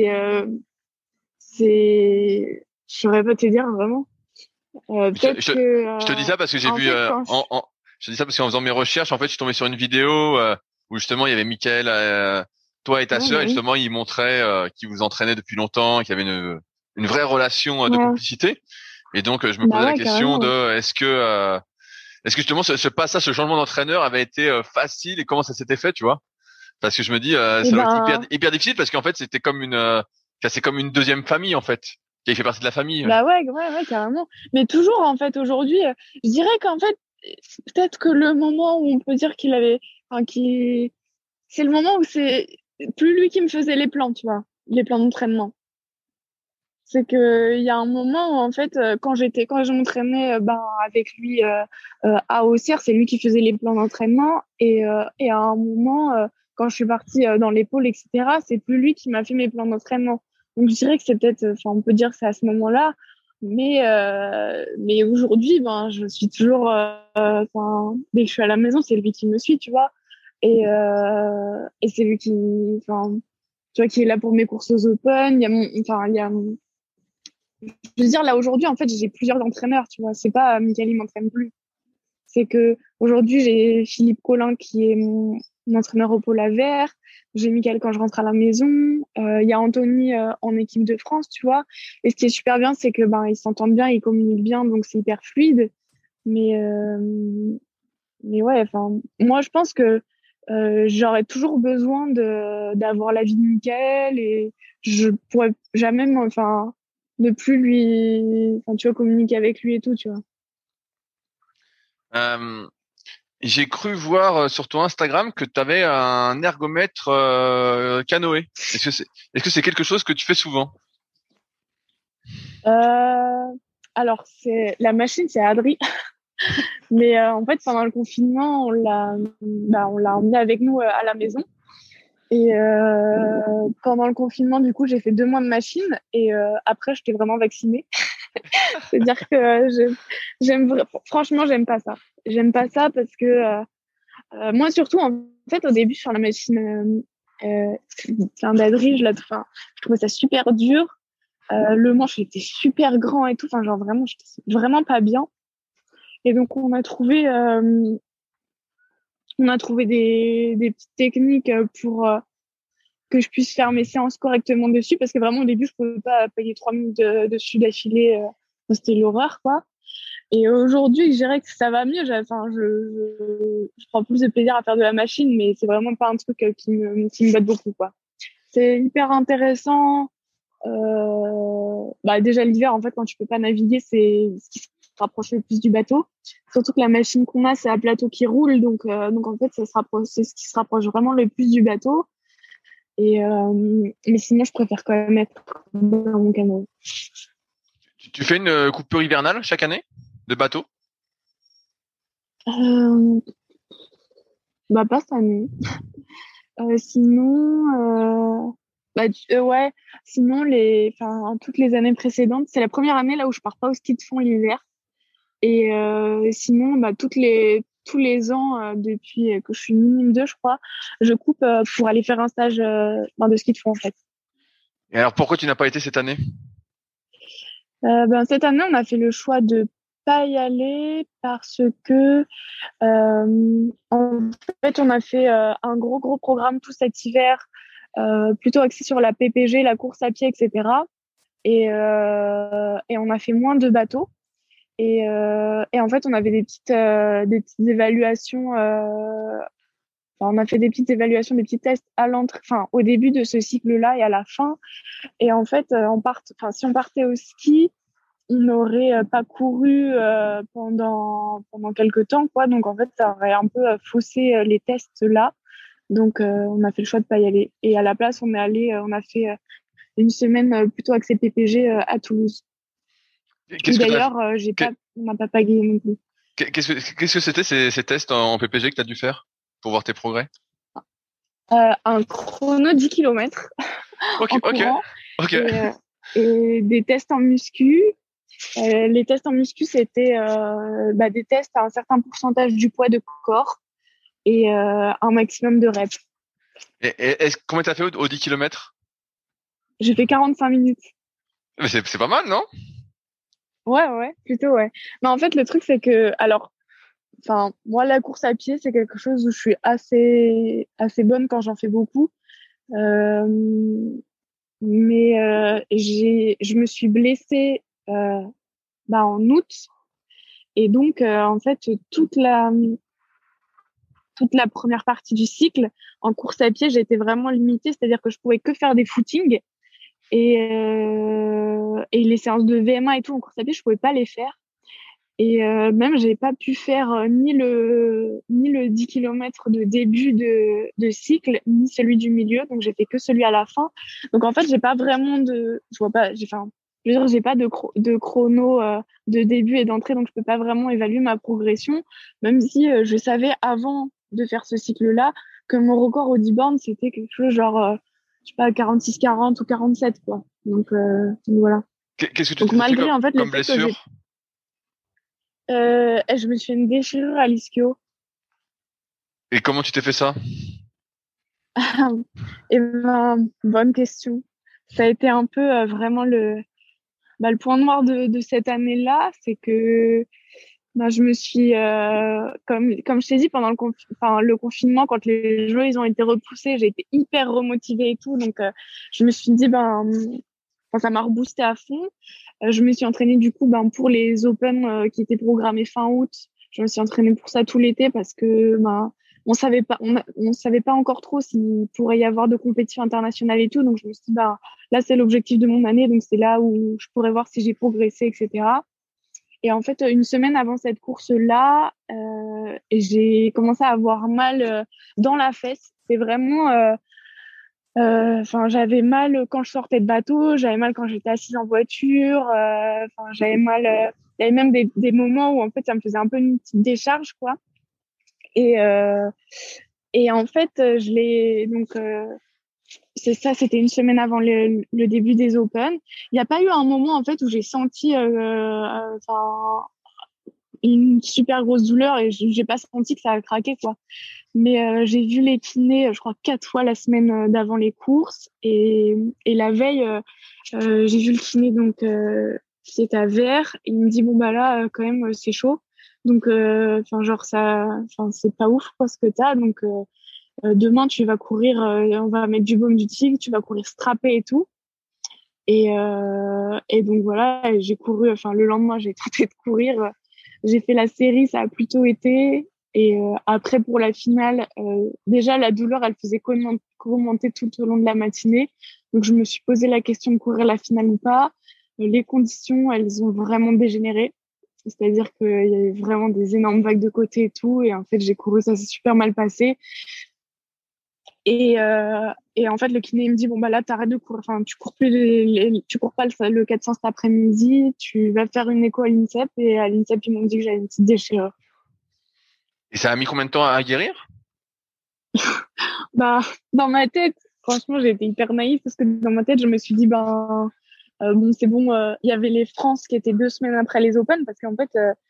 je saurais pas te dire vraiment. Peut-être que Je te dis ça parce que j'ai en vu fait quand je... je te dis ça parce qu'en faisant mes recherches, en fait, je suis tombé sur une vidéo où justement il y avait Michael, toi et ta Ouais, sœur, bah et oui. justement il montrait qu'ils vous entraînaient depuis longtemps, qu'il y avait une vraie relation de Ouais. complicité. Et donc je me posais Bah la ouais, question carrément. de est-ce que justement ce passage, ce changement d'entraîneur avait été facile et comment ça s'était fait, tu vois? Parce que je me dis Et ça doit être ben hyper difficile parce qu'en fait c'était comme enfin, c'est comme une deuxième famille en fait qui fait partie de la famille. bah ouais, carrément. Mais toujours en fait aujourd'hui, je dirais qu'en fait peut-être que le moment où on peut dire qu'il avait, enfin qui, c'est le moment où c'est plus lui qui me faisait les plans, tu vois, les plans d'entraînement. C'est que il y a un moment où, en fait quand je m'entraînais avec lui à Auxerre, c'est lui qui faisait les plans d'entraînement et à un moment quand je suis partie dans les pôles etc. c'est plus lui qui m'a fait mes plans d'entraînement. Donc je dirais que c'est peut-être enfin on peut dire que c'est à ce moment-là mais aujourd'hui ben je suis toujours enfin dès que je suis à la maison c'est lui qui me suit tu vois et c'est lui qui enfin tu vois qui est là pour mes courses aux Open il y a je veux dire, là, aujourd'hui, en fait, j'ai plusieurs entraîneurs, tu vois. C'est pas Mickaël, il m'entraîne plus. C'est que aujourd'hui, j'ai Philippe Collin qui est mon entraîneur au pôle à Vert. J'ai Mickaël quand je rentre à la maison. Il y a Anthony en équipe de France, tu vois. Et ce qui est super bien, c'est que ben ils s'entendent bien, ils communiquent bien, donc c'est hyper fluide. Mais mais ouais, enfin, moi, je pense que j'aurais toujours besoin de d'avoir l'avis de Mickaël et je pourrais jamais, enfin, ne plus lui, enfin, tu vois, communiquer avec lui et tout, tu vois. Euh, J'ai cru voir sur ton Instagram que tu avais un ergomètre canoë. Est-ce que c'est quelque chose que tu fais souvent? Euh, alors, c'est la machine, c'est Adri, mais en fait, pendant le confinement, on l'a emmené avec nous à la maison. Et pendant le confinement, du coup, j'ai fait 2 mois de machine et après, j'étais vraiment vaccinée. C'est-à-dire que franchement, j'aime pas ça. J'aime pas ça parce que moi, surtout, en fait, au début, sur la machine d'Adri, enfin, je trouvais ça super dur. Le manche il était super grand et tout. Enfin, genre vraiment, j'étais vraiment pas bien. Et donc, on a trouvé des petites techniques pour que je puisse faire mes séances correctement dessus parce que vraiment au début je pouvais pas payer 3 minutes dessus d'affilée c'était l'horreur quoi et aujourd'hui je dirais que ça va mieux enfin je prends plus de plaisir à faire de la machine mais c'est vraiment pas un truc qui me botte beaucoup quoi c'est hyper intéressant déjà l'hiver en fait quand tu peux pas naviguer c'est ce qui se rapproche le plus du bateau surtout que la machine qu'on a c'est un plateau qui roule donc en fait c'est ce qui se rapproche vraiment le plus du bateau et mais sinon, je préfère quand même être dans mon canot. Tu fais une coupure hivernale chaque année de bateau? Euh, pas cette année. Sinon, ouais. Sinon, enfin, toutes les années précédentes, c'est la première année là où je pars pas au ski de fond l'hiver. Et sinon, tous les ans, depuis que je suis minime 2 je crois, je coupe pour aller faire un stage de ski de fond en fait. Et alors pourquoi tu n'as pas été cette année? Cette année, on a fait le choix de pas y aller parce que en fait on a fait un gros programme tout cet hiver, plutôt axé sur la PPG, la course à pied, etc. Et on a fait moins de bateaux. Et en fait, on avait des petites évaluations. On a fait des petites évaluations, des petits tests à l'entrée, enfin, au début de ce cycle-là et à la fin. Et en fait, si on partait au ski, on n'aurait pas couru pendant quelques temps, quoi. Donc, en fait, ça aurait un peu faussé les tests là. Donc, on a fait le choix de pas y aller. Et à la place, on a fait une semaine plutôt axée PPG à Toulouse. Qu'est-ce que D'ailleurs, on n'a pas pagayé non plus. qu'est-ce que c'était ces tests en PPG que tu as dû faire pour voir tes progrès? Un chrono 10 km Ok, en ok, courant ok. et des tests en muscu. Les tests en muscu, c'était des tests à un certain pourcentage du poids de corps et un maximum de reps. Combien t'as fait au 10 km? J'ai fait 45 minutes. Mais c'est pas mal, non? Ouais, plutôt, ouais. Mais en fait, le truc, c'est que, alors, enfin, moi, la course à pied, c'est quelque chose où je suis assez bonne quand j'en fais beaucoup. Euh, mais je me suis blessée en août. Et donc, en fait, toute la première partie du cycle, en course à pied, j'ai été vraiment limitée. C'est-à-dire que je pouvais que faire des footings. Et les séances de VMA et tout en course à pied, je pouvais pas les faire. Et même, j'ai pas pu faire ni le 10 km de début de cycle, ni celui du milieu. Donc, j'ai fait que celui à la fin. Donc, en fait, j'ai pas vraiment j'ai pas de chrono de début et d'entrée, donc je peux pas vraiment évaluer ma progression, même si je savais avant de faire ce cycle-là que mon record au 10 bornes, c'était quelque chose genre, je sais pas, 46-40 ou 47, quoi. Donc voilà. Qu'est-ce que tu Donc t'es fait malgré, en fait, le comme fait que blessure? je me suis fait une déchirure à l'ischio. Et comment tu t'es fait ça? Et ben, bonne question. Ça a été un peu vraiment le point noir de cette année-là, c'est que je me suis, comme je t'ai dit, pendant le confinement, quand les jeux ils ont été repoussés, j'ai été hyper remotivée et tout. Donc, je me suis dit, ça m'a reboosté à fond. Je me suis entraînée du coup pour les Open qui étaient programmés fin août. Je me suis entraînée pour ça tout l'été parce que on savait pas encore trop s'il pourrait y avoir de compétitions internationales et tout. Donc je me suis dit là c'est l'objectif de mon année, donc c'est là où je pourrais voir si j'ai progressé, etc. Et en fait, une semaine avant cette course-là, j'ai commencé à avoir mal dans la fesse. C'est vraiment j'avais mal quand je sortais de bateau, j'avais mal quand j'étais assise en voiture, j'avais mal. Il y avait même des moments où en fait ça me faisait un peu une petite décharge, quoi. Et en fait, je l'ai donc c'est ça, c'était une semaine avant le début des Open. Il n'y a pas eu un moment en fait où j'ai senti une super grosse douleur et j'ai pas senti que ça a craqué, quoi. Mais j'ai vu les kinés, je crois 4 fois la semaine d'avant les courses et la veille, j'ai vu le kiné donc qui est à Vert. Et il me dit là quand même c'est chaud. Donc c'est pas ouf quoi ce que t'as. Donc demain tu vas courir, on va mettre du baume du tigre, tu vas courir strappé et tout. Et donc voilà, j'ai couru. Le lendemain j'ai tenté de courir. J'ai fait la série, ça a plutôt été. Et après, pour la finale, déjà, la douleur, elle faisait commenter tout au long de la matinée. Donc, je me suis posé la question de courir la finale ou pas. Les conditions, elles ont vraiment dégénéré. C'est-à-dire qu'il y avait vraiment des énormes vagues de côté et tout. Et en fait, j'ai couru, ça s'est super mal passé. Et en fait, le kiné, il me dit, là, t'arrêtes de courir. Enfin, tu cours plus tu cours pas le 400 cet après-midi. Tu vas faire une écho à l'INSEP. Et à l'INSEP, ils m'ont dit que j'avais une petite déchirure. Et ça a mis combien de temps à guérir? Dans ma tête, franchement, j'ai été hyper naïve parce que dans ma tête, je me suis dit, c'est bon, il y avait les France qui étaient 2 semaines après les Open parce qu'en fait,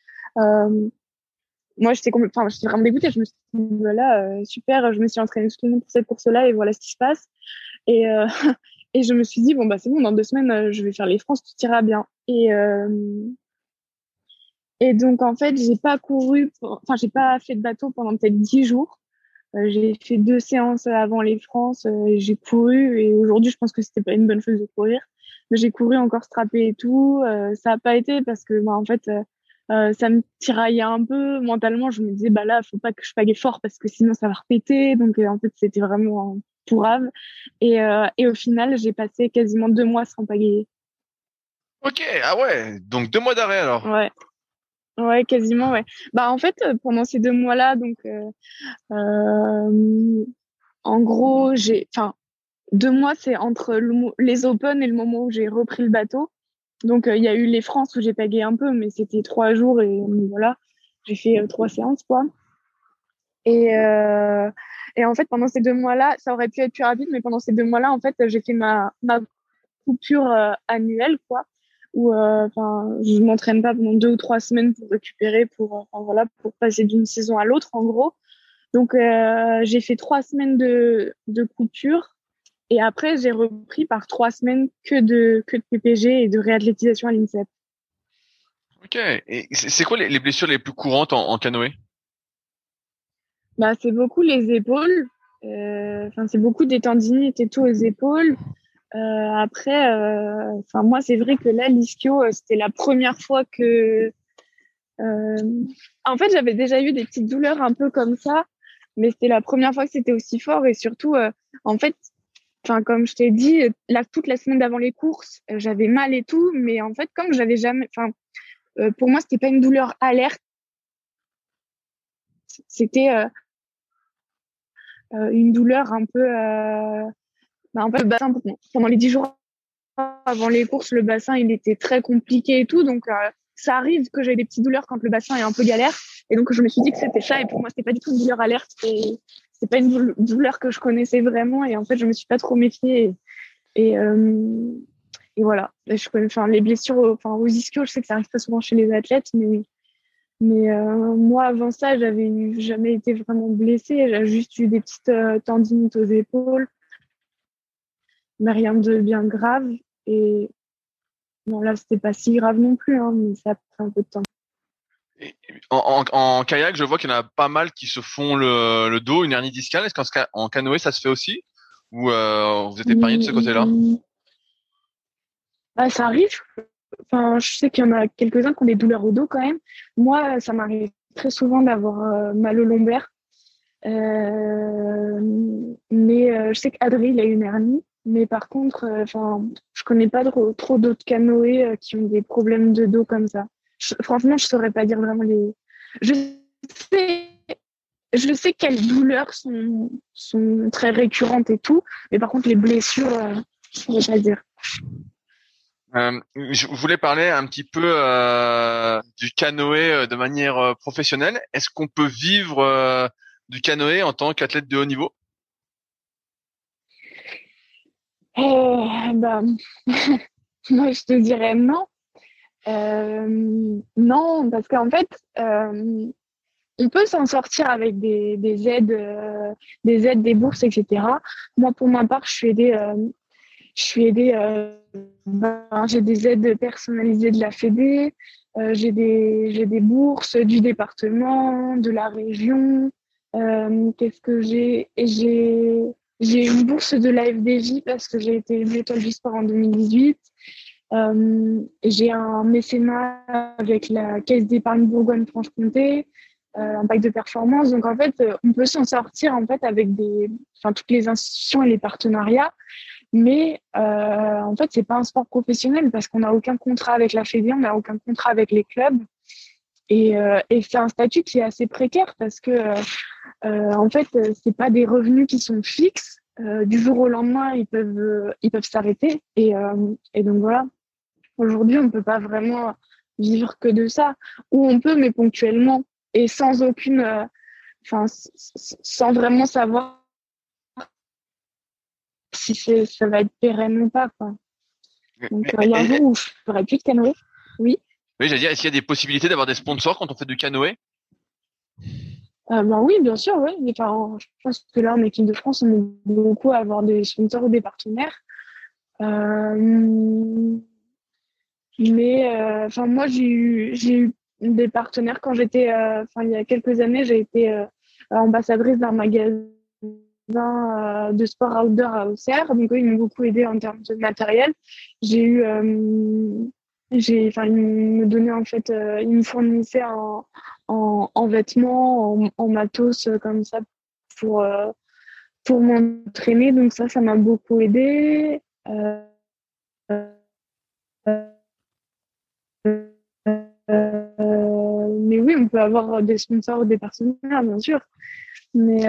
moi, j'étais vraiment dégoûtée. Je me suis dit, super, je me suis entraînée tout le monde pour cette course-là et voilà ce qui se passe. Et, et je me suis dit, c'est bon, dans 2 semaines, je vais faire les France, tout ira bien. Et donc, en fait, j'ai pas fait de bateau pendant peut-être 10 jours. J'ai fait 2 séances avant les France, j'ai couru et aujourd'hui, je pense que c'était pas une bonne chose de courir. Mais j'ai couru encore strappé et tout. Ça a pas été parce que, en fait, ça me tiraillait un peu mentalement. Je me disais, bah là, faut pas que je pagaie fort parce que sinon ça va repéter. Donc, en fait, c'était vraiment pourrave. Et au final, j'ai passé quasiment 2 mois sans pagayer. Ok, ah ouais, donc 2 mois d'arrêt alors. Ouais, ouais, quasiment, ouais. Bah, en fait, pendant ces 2 mois-là, donc, en gros, enfin, 2 mois, c'est entre les Open et le moment où j'ai repris le bateau. Donc, il y a eu les France où j'ai pagayé un peu, mais c'était 3 jours et voilà, j'ai fait 3 séances, quoi. Et, euh, et en fait, pendant ces 2 mois-là, ça aurait pu être plus rapide, mais pendant ces 2 mois-là, en fait, j'ai fait ma coupure annuelle, quoi, où enfin, je m'entraîne pas pendant 2 ou 3 semaines pour récupérer, enfin, voilà, pour passer d'une saison à l'autre, en gros. Donc, j'ai fait 3 semaines de coupure. Et après, j'ai repris par 3 semaines que de PPG et de réathlétisation à l'INSEP. Ok, et c'est quoi les blessures les plus courantes en canoë? Bah, c'est beaucoup les épaules. Enfin, c'est beaucoup des tendinites et tout aux épaules. Après, enfin, moi, c'est vrai que là, l'ischio, c'était la première fois que. euh, En fait, j'avais déjà eu des petites douleurs un peu comme ça, mais c'était la première fois que c'était aussi fort. Et surtout, en fait, enfin, comme je t'ai dit, toute la semaine d'avant les courses, j'avais mal et tout, mais en fait, comme j'avais jamais, enfin, pour moi, c'était pas une douleur alerte, c'était une douleur un peu le bassin. Pendant les 10 jours avant les courses, le bassin, il était très compliqué et tout, donc ça arrive que j'ai des petites douleurs quand le bassin est un peu galère, et donc je me suis dit que c'était ça, et pour moi, c'était pas du tout une douleur alerte, et c'est pas une douleur que je connaissais vraiment, et en fait, je me suis pas trop méfiée, et, et voilà. Je connais, enfin, les blessures, enfin, aux ischios, je sais que ça arrive pas souvent chez les athlètes, mais moi, avant ça, j'avais jamais été vraiment blessée. J'ai juste eu des petites tendinites aux épaules, mais rien de bien grave. Et bon, là, c'était pas si grave non plus, hein, mais ça a pris un peu de temps. Et en kayak, je vois qu'il y en a pas mal qui se font le dos, une hernie discale. Est-ce qu'en canoë, ça se fait aussi? Ou vous êtes épargné de ce côté-là? Bah, ça arrive. Enfin, je sais qu'il y en a quelques-uns qui ont des douleurs au dos quand même. Moi, ça m'arrive très souvent d'avoir mal au lombaire. Mais je sais qu'Adri, il a une hernie. Mais par contre, enfin, je connais pas trop d'autres canoës qui ont des problèmes de dos comme ça. Franchement, je saurais pas dire vraiment les. Je sais, je sais quelles douleurs sont très récurrentes et tout, mais par contre, les blessures, je saurais pas dire. Je voulais parler un petit peu du canoë de manière professionnelle. Est-ce qu'on peut vivre du canoë en tant qu'athlète de haut niveau? Bah, moi, je te dirais non. Non, parce qu'en fait, on peut s'en sortir avec des aides, des bourses, etc. Moi, pour ma part, je suis aidée. J'ai des aides personnalisées de la Fédé. J'ai des bourses du département, de la région. Qu'est-ce que j'ai? Et j'ai une bourse de la FDJ parce que j'ai été élue étoile du sport en 2018. J'ai un mécénat avec la Caisse d'épargne Bourgogne-Franche-Comté, un pack de performance. Donc en fait, on peut s'en sortir en fait avec toutes les institutions et les partenariats. Mais en fait, c'est pas un sport professionnel parce qu'on n'a aucun contrat avec la Fédé, on n'a aucun contrat avec les clubs. Et c'est un statut qui est assez précaire parce que en fait, c'est pas des revenus qui sont fixes. Du jour au lendemain, ils peuvent s'arrêter. Et donc voilà. Aujourd'hui, on ne peut pas vraiment vivre que de ça. Ou on peut, mais ponctuellement et sans sans vraiment savoir si ça va être pérenne ou pas, quoi. Donc, il y a un jour où je ferai plus de canoë. Oui. Oui, j'allais dire, est-ce qu'il y a des possibilités d'avoir des sponsors quand on fait du canoë? Ben oui, bien sûr, oui. Enfin, je pense que là, en équipe de France, on est beaucoup à avoir des sponsors ou des partenaires. Mais enfin, moi, j'ai eu des partenaires. Quand j'étais, il y a quelques années, j'ai été ambassadrice d'un magasin de sport outdoor à Auxerre. Donc, eux, ils m'ont beaucoup aidé en termes de matériel. J'ai eu, ils me donnaient en fait, ils me fournissaient en vêtements, en matos comme ça pour, euh, pour m'entraîner. Donc, ça m'a beaucoup aidé. Mais oui, on peut avoir des sponsors ou des partenaires, bien sûr. Mais,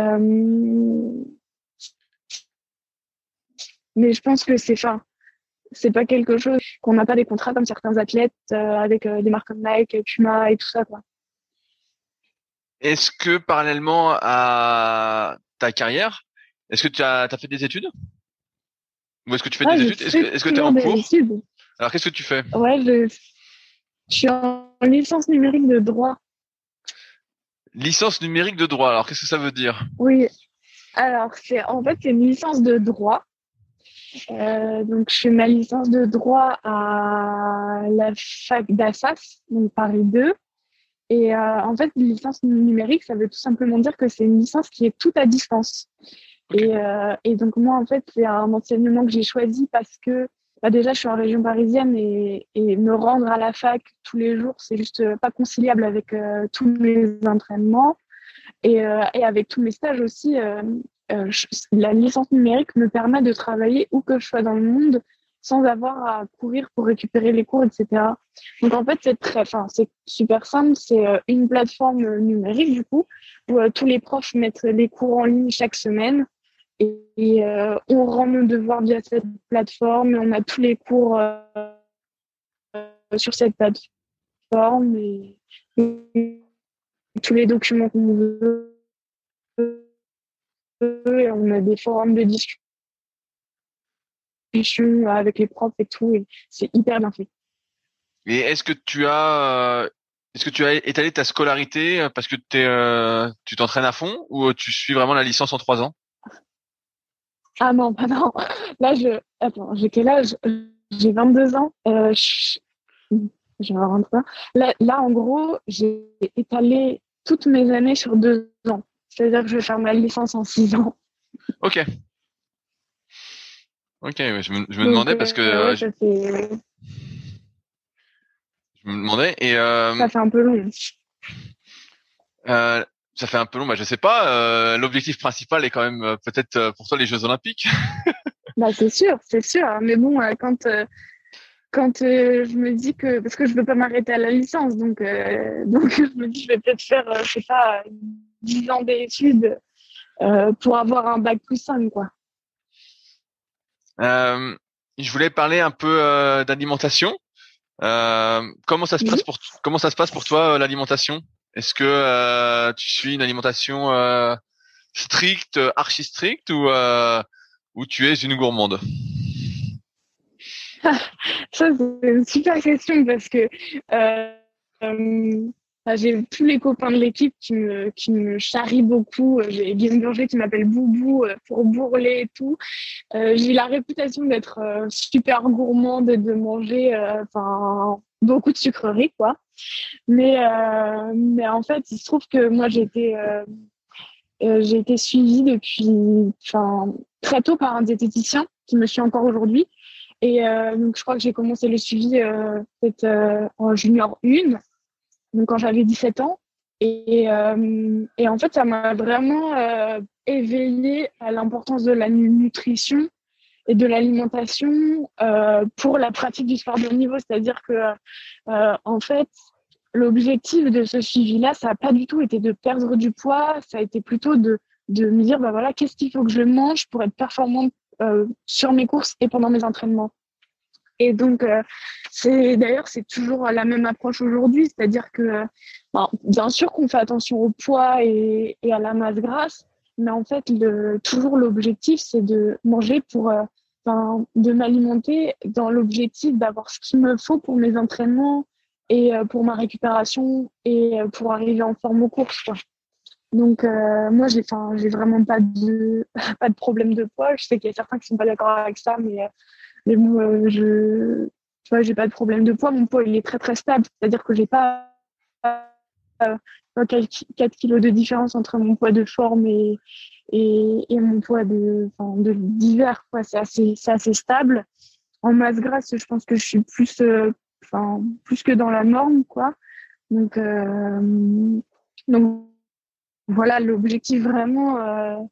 mais je pense que c'est pas quelque chose qu'on n'a pas des contrats comme certains athlètes avec des marques comme Nike, Puma et tout ça, quoi. Est-ce que parallèlement à ta carrière, est-ce que tu as fait des études? Ou est-ce que tu fais Ah, des je études? fais Est-ce que tu es toujours en des cours? études. Alors, qu'est-ce que tu fais? Ouais, je suis en licence numérique de droit. Licence numérique de droit. Alors, qu'est-ce que ça veut dire? Oui. Alors, c'est une licence de droit. Donc, je fais ma licence de droit à la fac d'Assas, donc Paris 2. Et en fait, une licence numérique, ça veut tout simplement dire que c'est une licence qui est toute à distance. Ok. Et donc, moi, en fait, c'est un enseignement que j'ai choisi parce que déjà, je suis en région parisienne et me rendre à la fac tous les jours, c'est juste pas conciliable avec tous mes entraînements et avec tous mes stages aussi. La licence numérique me permet de travailler où que je sois dans le monde sans avoir à courir pour récupérer les cours, etc. Donc en fait, c'est super simple. C'est une plateforme numérique du coup où tous les profs mettent les cours en ligne chaque semaine et on rend nos devoirs via cette plateforme et on a tous les cours sur cette plateforme et tous les documents qu'on veut et on a des forums de discussion avec les profs et tout et c'est hyper bien fait. Et est-ce que tu as étalé ta scolarité parce que tu t'entraînes à fond ou tu suis vraiment la licence en 3 ans? Ah non, pas non. Attends, j'ai quel âge? J'ai 22 ans. J'ai 23. Là, en gros, j'ai étalé toutes mes années sur 2 ans. C'est-à-dire que je vais faire ma licence en 6 ans. Ok. Ok, ouais, je me Donc, demandais parce que ouais, je me demandais et ça fait un peu long. ça fait un peu long. Bah, je sais pas. L'objectif principal est quand même peut-être pour toi les Jeux Olympiques. Bah, c'est sûr, c'est sûr. Mais bon, quand je me dis que, parce que je veux pas m'arrêter à la licence, donc je me dis, je vais peut-être faire, je sais pas, 10 ans d'études pour avoir un bac plus 5, quoi. Euh, je voulais parler un peu d'alimentation. Oui. Comment ça se passe pour toi l'alimentation? Est-ce que tu suis une alimentation stricte, archi stricte ou tu es une gourmande? Ça, c'est une super question parce que euh, euh, j'ai tous les copains de l'équipe qui me charrient beaucoup. J'ai Guillaume Burger qui m'appelle Boubou pour bourreler et tout. J'ai la réputation d'être super gourmande et de manger beaucoup de sucreries, quoi. Mais en fait, il se trouve que moi, j'ai été suivie depuis très tôt par un diététicien qui me suit encore aujourd'hui. Et donc, je crois que j'ai commencé le suivi peut-être en junior 1, donc quand j'avais 17 ans. Et en fait, ça m'a vraiment éveillée à l'importance de la nutrition et de l'alimentation pour la pratique du sport de haut niveau. C'est-à-dire que, en fait, l'objectif de ce suivi-là, ça n'a pas du tout été de perdre du poids, ça a été plutôt de me dire, bah voilà, qu'est-ce qu'il faut que je mange pour être performante sur mes courses et pendant mes entraînements. Et donc, c'est toujours la même approche aujourd'hui, c'est-à-dire que, bien sûr qu'on fait attention au poids et à la masse grasse, mais en fait, toujours l'objectif, c'est de manger de m'alimenter dans l'objectif d'avoir ce qu'il me faut pour mes entraînements et pour ma récupération et pour arriver en forme aux courses, quoi. Donc, moi, j'ai vraiment pas de, pas de problème de poids. Je sais qu'il y a certains qui sont pas d'accord avec ça, mais bon, tu vois, j'ai pas de problème de poids. Mon poids, il est très, très stable. C'est-à-dire que j'ai pas 4 kilos de différence entre mon poids de forme et mon poids d'hiver, quoi. C'est assez stable. En masse grasse, je pense que je suis plus que dans la norme, quoi. Donc voilà, l'objectif vraiment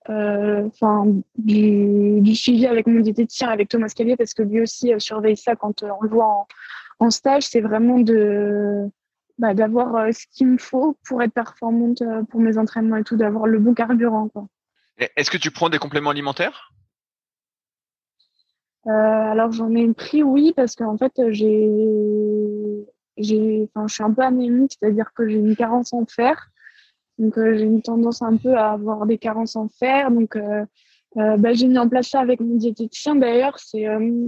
du suivi avec mon diététicien, avec Thomas Callier, parce que lui aussi surveille ça quand on le voit en stage, c'est vraiment d'avoir ce qu'il me faut pour être performante pour mes entraînements et tout, d'avoir le bon carburant, quoi. Est-ce que tu prends des compléments alimentaires? Alors j'en ai pris, oui, parce qu'en fait je suis un peu anémique, c'est-à-dire que j'ai une carence en fer. Donc, j'ai une tendance un peu à avoir des carences en fer. Donc, j'ai mis en place ça avec mon diététicien. D'ailleurs, c'est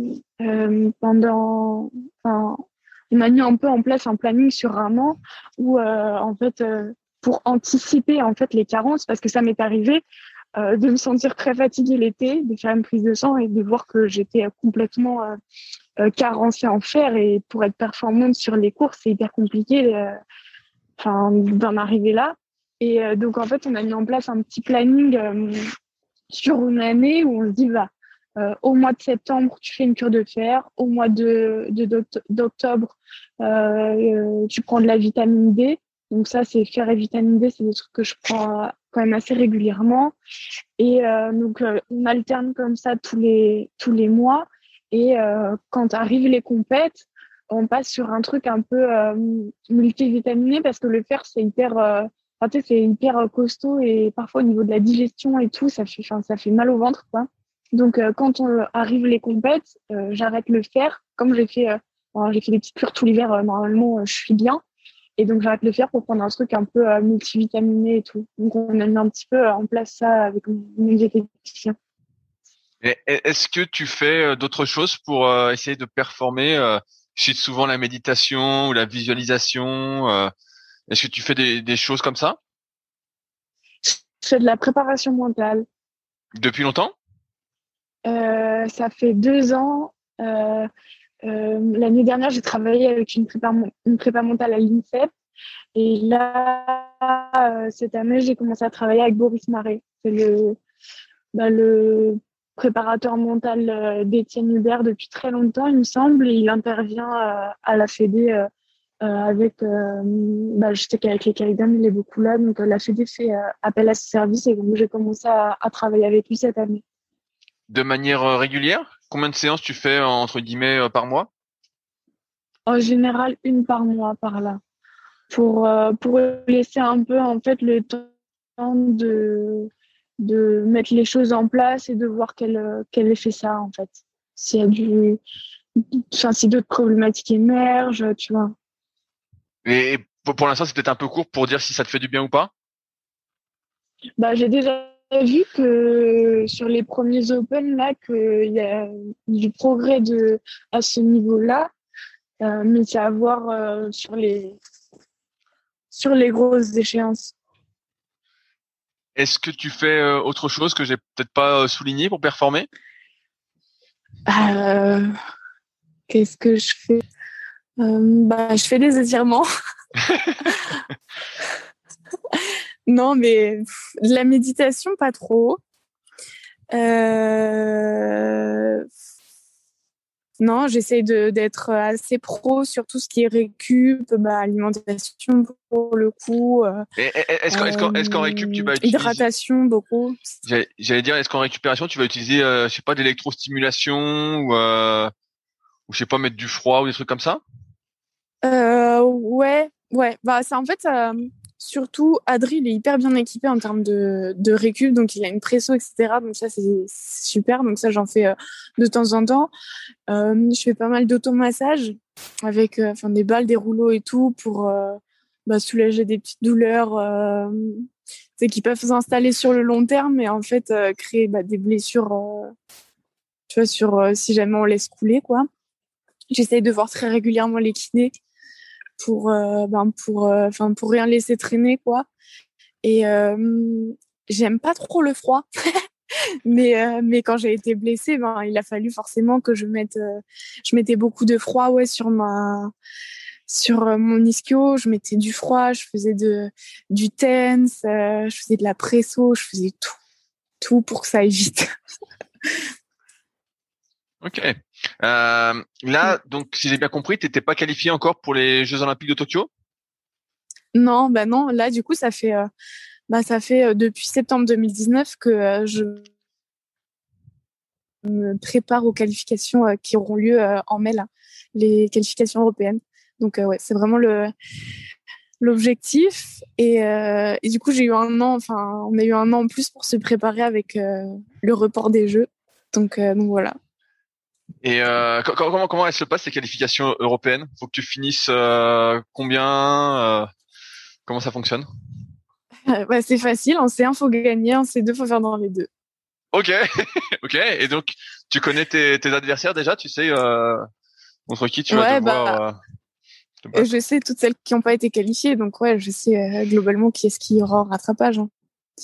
on a mis un peu en place un planning sur un an où, pour anticiper en fait les carences, parce que ça m'est arrivé de me sentir très fatiguée l'été, de faire une prise de sang et de voir que j'étais complètement carencée en fer. Et pour être performante sur les courses, c'est hyper compliqué d'en arriver là. Et donc, en fait, on a mis en place un petit planning sur une année où on se dit, au mois de septembre, tu fais une cure de fer. Au mois d'octobre, tu prends de la vitamine D. Donc ça, c'est fer et vitamine D, c'est des trucs que je prends quand même assez régulièrement. Et donc, on alterne comme ça tous les mois. Et quand arrivent les compètes, on passe sur un truc un peu multivitaminé parce que le fer, c'est hyper costaud et parfois au niveau de la digestion et tout, ça fait mal au ventre, quoi. Donc, quand arrivent les compètes, j'arrête le fer. Comme j'ai fait des petites cures tout l'hiver, normalement, je suis bien. Et donc, j'arrête le fer pour prendre un truc un peu multivitaminé et tout. Donc, on a mis un petit peu en place ça avec mon diététicien. Et est-ce que tu fais d'autres choses pour essayer de performer? Je cite souvent la méditation ou la visualisation. Est-ce que tu fais des choses comme ça? Je fais de la préparation mentale. Depuis longtemps? Ça fait 2 ans. L'année dernière, j'ai travaillé avec une prépa mentale à l'INSEP. Et là, cette année, j'ai commencé à travailler avec Boris Marais. C'est le préparateur mental d'Étienne Hubert depuis très longtemps, il me semble. Et il intervient à la Fédé je sais qu'avec les Caïdam, il est beaucoup là. Donc, la Fédé fait appel à ses services. Et donc, j'ai commencé à travailler avec lui cette année. De manière régulière? Combien de séances tu fais entre guillemets par mois? En général, 1 par mois par là. Pour laisser un peu en fait le temps de mettre les choses en place et de voir quel effet ça a en fait. Si d'autres problématiques émergent, tu vois. Et pour l'instant, c'est peut-être un peu court pour dire si ça te fait du bien ou pas? J'ai déjà vu que sur les premiers Open là, qu'il y a du progrès à ce niveau-là, mais c'est à voir sur les grosses échéances. Est-ce que tu fais autre chose que j'ai peut-être pas souligné pour performer? Qu'est-ce que je fais? Je fais des étirements. Non, mais de la méditation, pas trop. Non, j'essaye d'être assez pro sur tout ce qui est récup, alimentation pour le coup. Est-ce qu'en récup tu vas utiliser hydratation beaucoup. J'allais dire, est-ce qu'en récupération tu vas utiliser, je sais pas, de l'électrostimulation ou je sais pas, mettre du froid ou des trucs comme ça? Ouais. Ça en fait. Surtout, Adri, il est hyper bien équipé en termes de récup, donc il a une presso, etc. Donc ça, c'est super. Donc ça, j'en fais de temps en temps. Je fais pas mal d'automassage avec des balles, des rouleaux et tout pour soulager des petites douleurs qui peuvent s'installer sur le long terme, mais en fait créer des blessures, tu vois, sur si jamais on laisse couler, quoi. J'essaye de voir très régulièrement les kinés pour rien laisser traîner, quoi. Et j'aime pas trop le froid. mais quand j'ai été blessée, il a fallu forcément que je mettais beaucoup de froid, ouais, sur mon ischio, je mettais du froid, je faisais du tense, je faisais de la presso, je faisais tout pour que ça aille vite. Ok. Là, donc, si j'ai bien compris, t'étais pas qualifié encore pour les Jeux Olympiques de Tokyo? Non, bah non. Là, du coup, ça fait depuis septembre 2019 que je me prépare aux qualifications qui auront lieu en mai, là, les qualifications européennes. Donc, ouais, c'est vraiment l'objectif. Et du coup, on a eu un an en plus pour se préparer avec le report des Jeux. Donc voilà. Et comment elles se passent, ces qualifications européennes? Faut que tu finisses combien? Comment ça fonctionne? Bah, c'est facile. En C1, faut gagner. En C2, faut faire dans les deux. Ok, ok. Et donc, tu connais tes adversaires déjà? Tu sais contre qui tu vas devoir te battre? Je sais toutes celles qui n'ont pas été qualifiées. Donc, ouais, je sais globalement qui est-ce qui aura en rattrapage. Hein.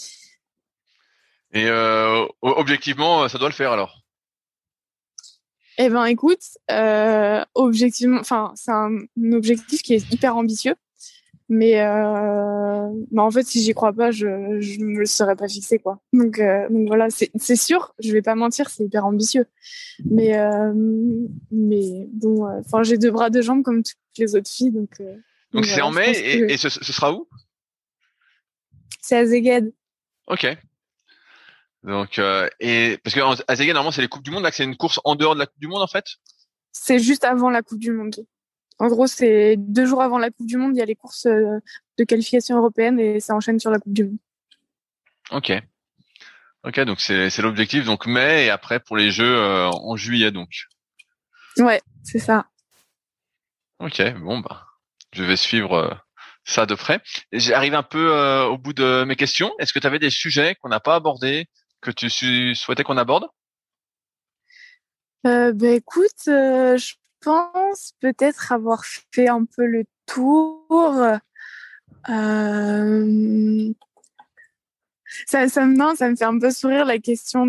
Et objectivement, ça doit le faire alors. Eh ben, écoute, objectivement, enfin, c'est un objectif qui est hyper ambitieux. Mais en fait, si j'y crois pas, je me le serais pas fixé, quoi. Donc voilà, c'est sûr, je vais pas mentir, c'est hyper ambitieux. Mais bon, enfin, j'ai 2 bras, 2 jambes comme toutes les autres filles, donc Donc c'est voilà, en mai et ce sera où? c'est à Szeged. Ok. Donc et parce que à Szeged normalement c'est les coupes du monde, là que c'est une course en dehors de la Coupe du Monde en fait. C'est juste avant la Coupe du Monde. En gros, c'est 2 jours avant la Coupe du Monde, il y a les courses de qualification européenne et ça enchaîne sur la Coupe du Monde. Ok. Ok, donc c'est l'objectif, donc mai et après pour les Jeux en juillet donc. Ouais, c'est ça. Ok, bon bah je vais suivre ça de près. J'arrive un peu au bout de mes questions. Est-ce que tu avais des sujets qu'on n'a pas abordés que tu souhaitais qu'on aborde? Bah écoute, je pense peut-être avoir fait un peu le tour. Ça me fait un peu sourire la question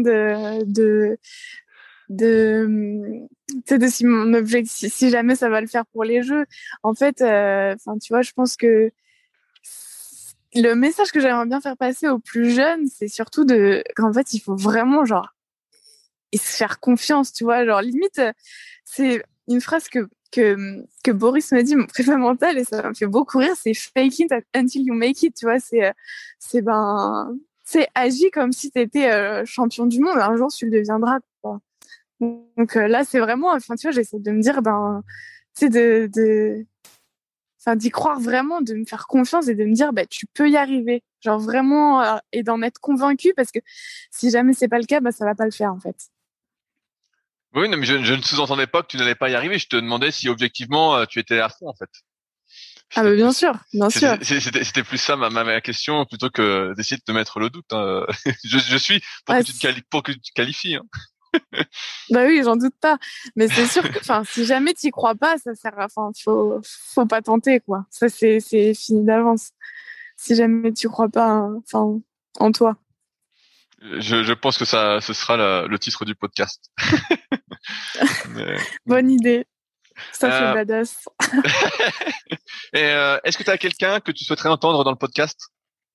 tu sais, de si mon objectif, si jamais ça va le faire pour les Jeux. En fait, enfin, tu vois, je pense que le message que j'aimerais bien faire passer aux plus jeunes, c'est surtout qu'en fait, il faut vraiment, genre, et se faire confiance, tu vois, genre, limite, c'est une phrase que Boris m'a dit, mon prépa mental, et ça me fait beaucoup rire, c'est fake it until you make it, tu vois, agis comme si t'étais champion du monde, un jour tu le deviendras, quoi. Donc là, c'est vraiment, enfin, tu vois, j'essaie de me dire, tu sais, enfin, d'y croire vraiment, de me faire confiance et de me dire, bah, tu peux y arriver. Genre vraiment, et d'en être convaincu parce que si jamais c'est pas le cas, bah, ça va pas le faire, en fait. Oui, non, mais je ne sous-entendais pas que tu n'allais pas y arriver. Je te demandais si objectivement tu étais à fond en fait. Ah, bah, bien sûr, bien sûr. C'était plus ça ma question plutôt que d'essayer de te mettre le doute. Hein. Je suis pour que tu te qualifies. Hein. Bah oui, j'en doute pas. Mais c'est sûr que, enfin, si jamais t'y crois pas, ça sert à, enfin, faut pas tenter, quoi. Ça, c'est fini d'avance. Si jamais tu crois pas, enfin, en toi. Je pense que ce sera le titre du podcast. Mais... Bonne idée. Ça fait badass. Et est-ce que tu as quelqu'un que tu souhaiterais entendre dans le podcast?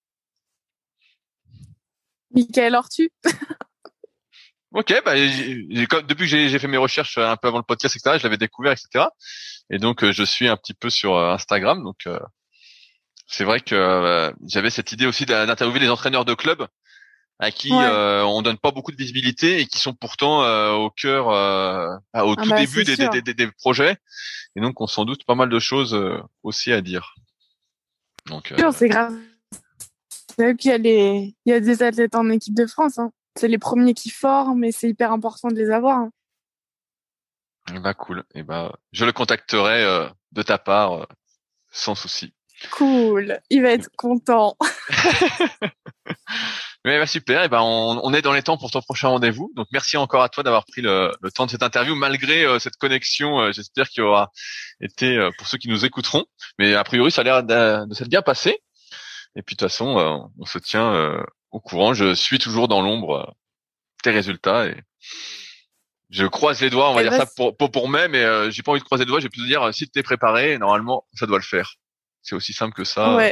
Michael Ortu. Ok, bah depuis que j'ai fait mes recherches un peu avant le podcast, etc., je l'avais découvert, etc. Et donc je suis un petit peu sur Instagram, donc c'est vrai que j'avais cette idée aussi d'interviewer les entraîneurs de clubs à qui on donne pas beaucoup de visibilité et qui sont pourtant au cœur, au tout début des projets. Et donc on s'en doute pas mal de choses aussi à dire. Donc c'est grave. C'est vrai qu'il y a des athlètes en équipe de France. Hein. C'est les premiers qui forment et c'est hyper important de les avoir. Hein. Bah cool. Et bah je le contacterai de ta part sans souci. Cool. Il va être content. Mais bah super. Et ben on est dans les temps pour ton prochain rendez-vous. Donc merci encore à toi d'avoir pris le temps de cette interview malgré cette connexion. J'espère qu'il aura été pour ceux qui nous écouteront. Mais a priori ça a l'air de s'être bien passé. Et puis de toute façon on se tient au courant. Je suis toujours dans l'ombre tes résultats Je croise les doigts, on va Eh dire ben, ça pour mai, mais j'ai pas envie de croiser les doigts, j'ai plus de dire si t'es préparé, normalement ça doit le faire. C'est aussi simple que ça. Ouais,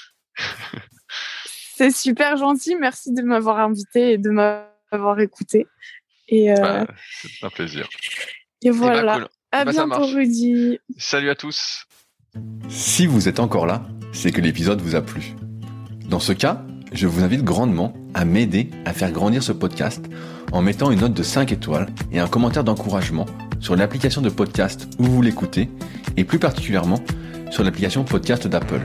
c'est super gentil. Merci de m'avoir invité et de m'avoir écouté. Et, c'est un plaisir. Et voilà. Eh ben, cool. À ça bientôt, marche. Rudy. Salut à tous. Si vous êtes encore là, c'est que l'épisode vous a plu. Dans ce cas, je vous invite grandement à m'aider à faire grandir ce podcast en mettant une note de 5 étoiles et un commentaire d'encouragement sur l'application de podcast où vous l'écoutez et plus particulièrement sur l'application podcast d'Apple.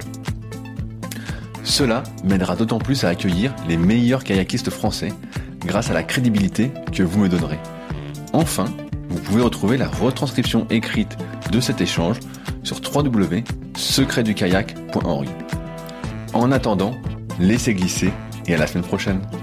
Cela m'aidera d'autant plus à accueillir les meilleurs kayakistes français grâce à la crédibilité que vous me donnerez. Enfin, vous pouvez retrouver la retranscription écrite de cet échange sur www.secretdukayak.org. En attendant, laissez glisser et à la semaine prochaine.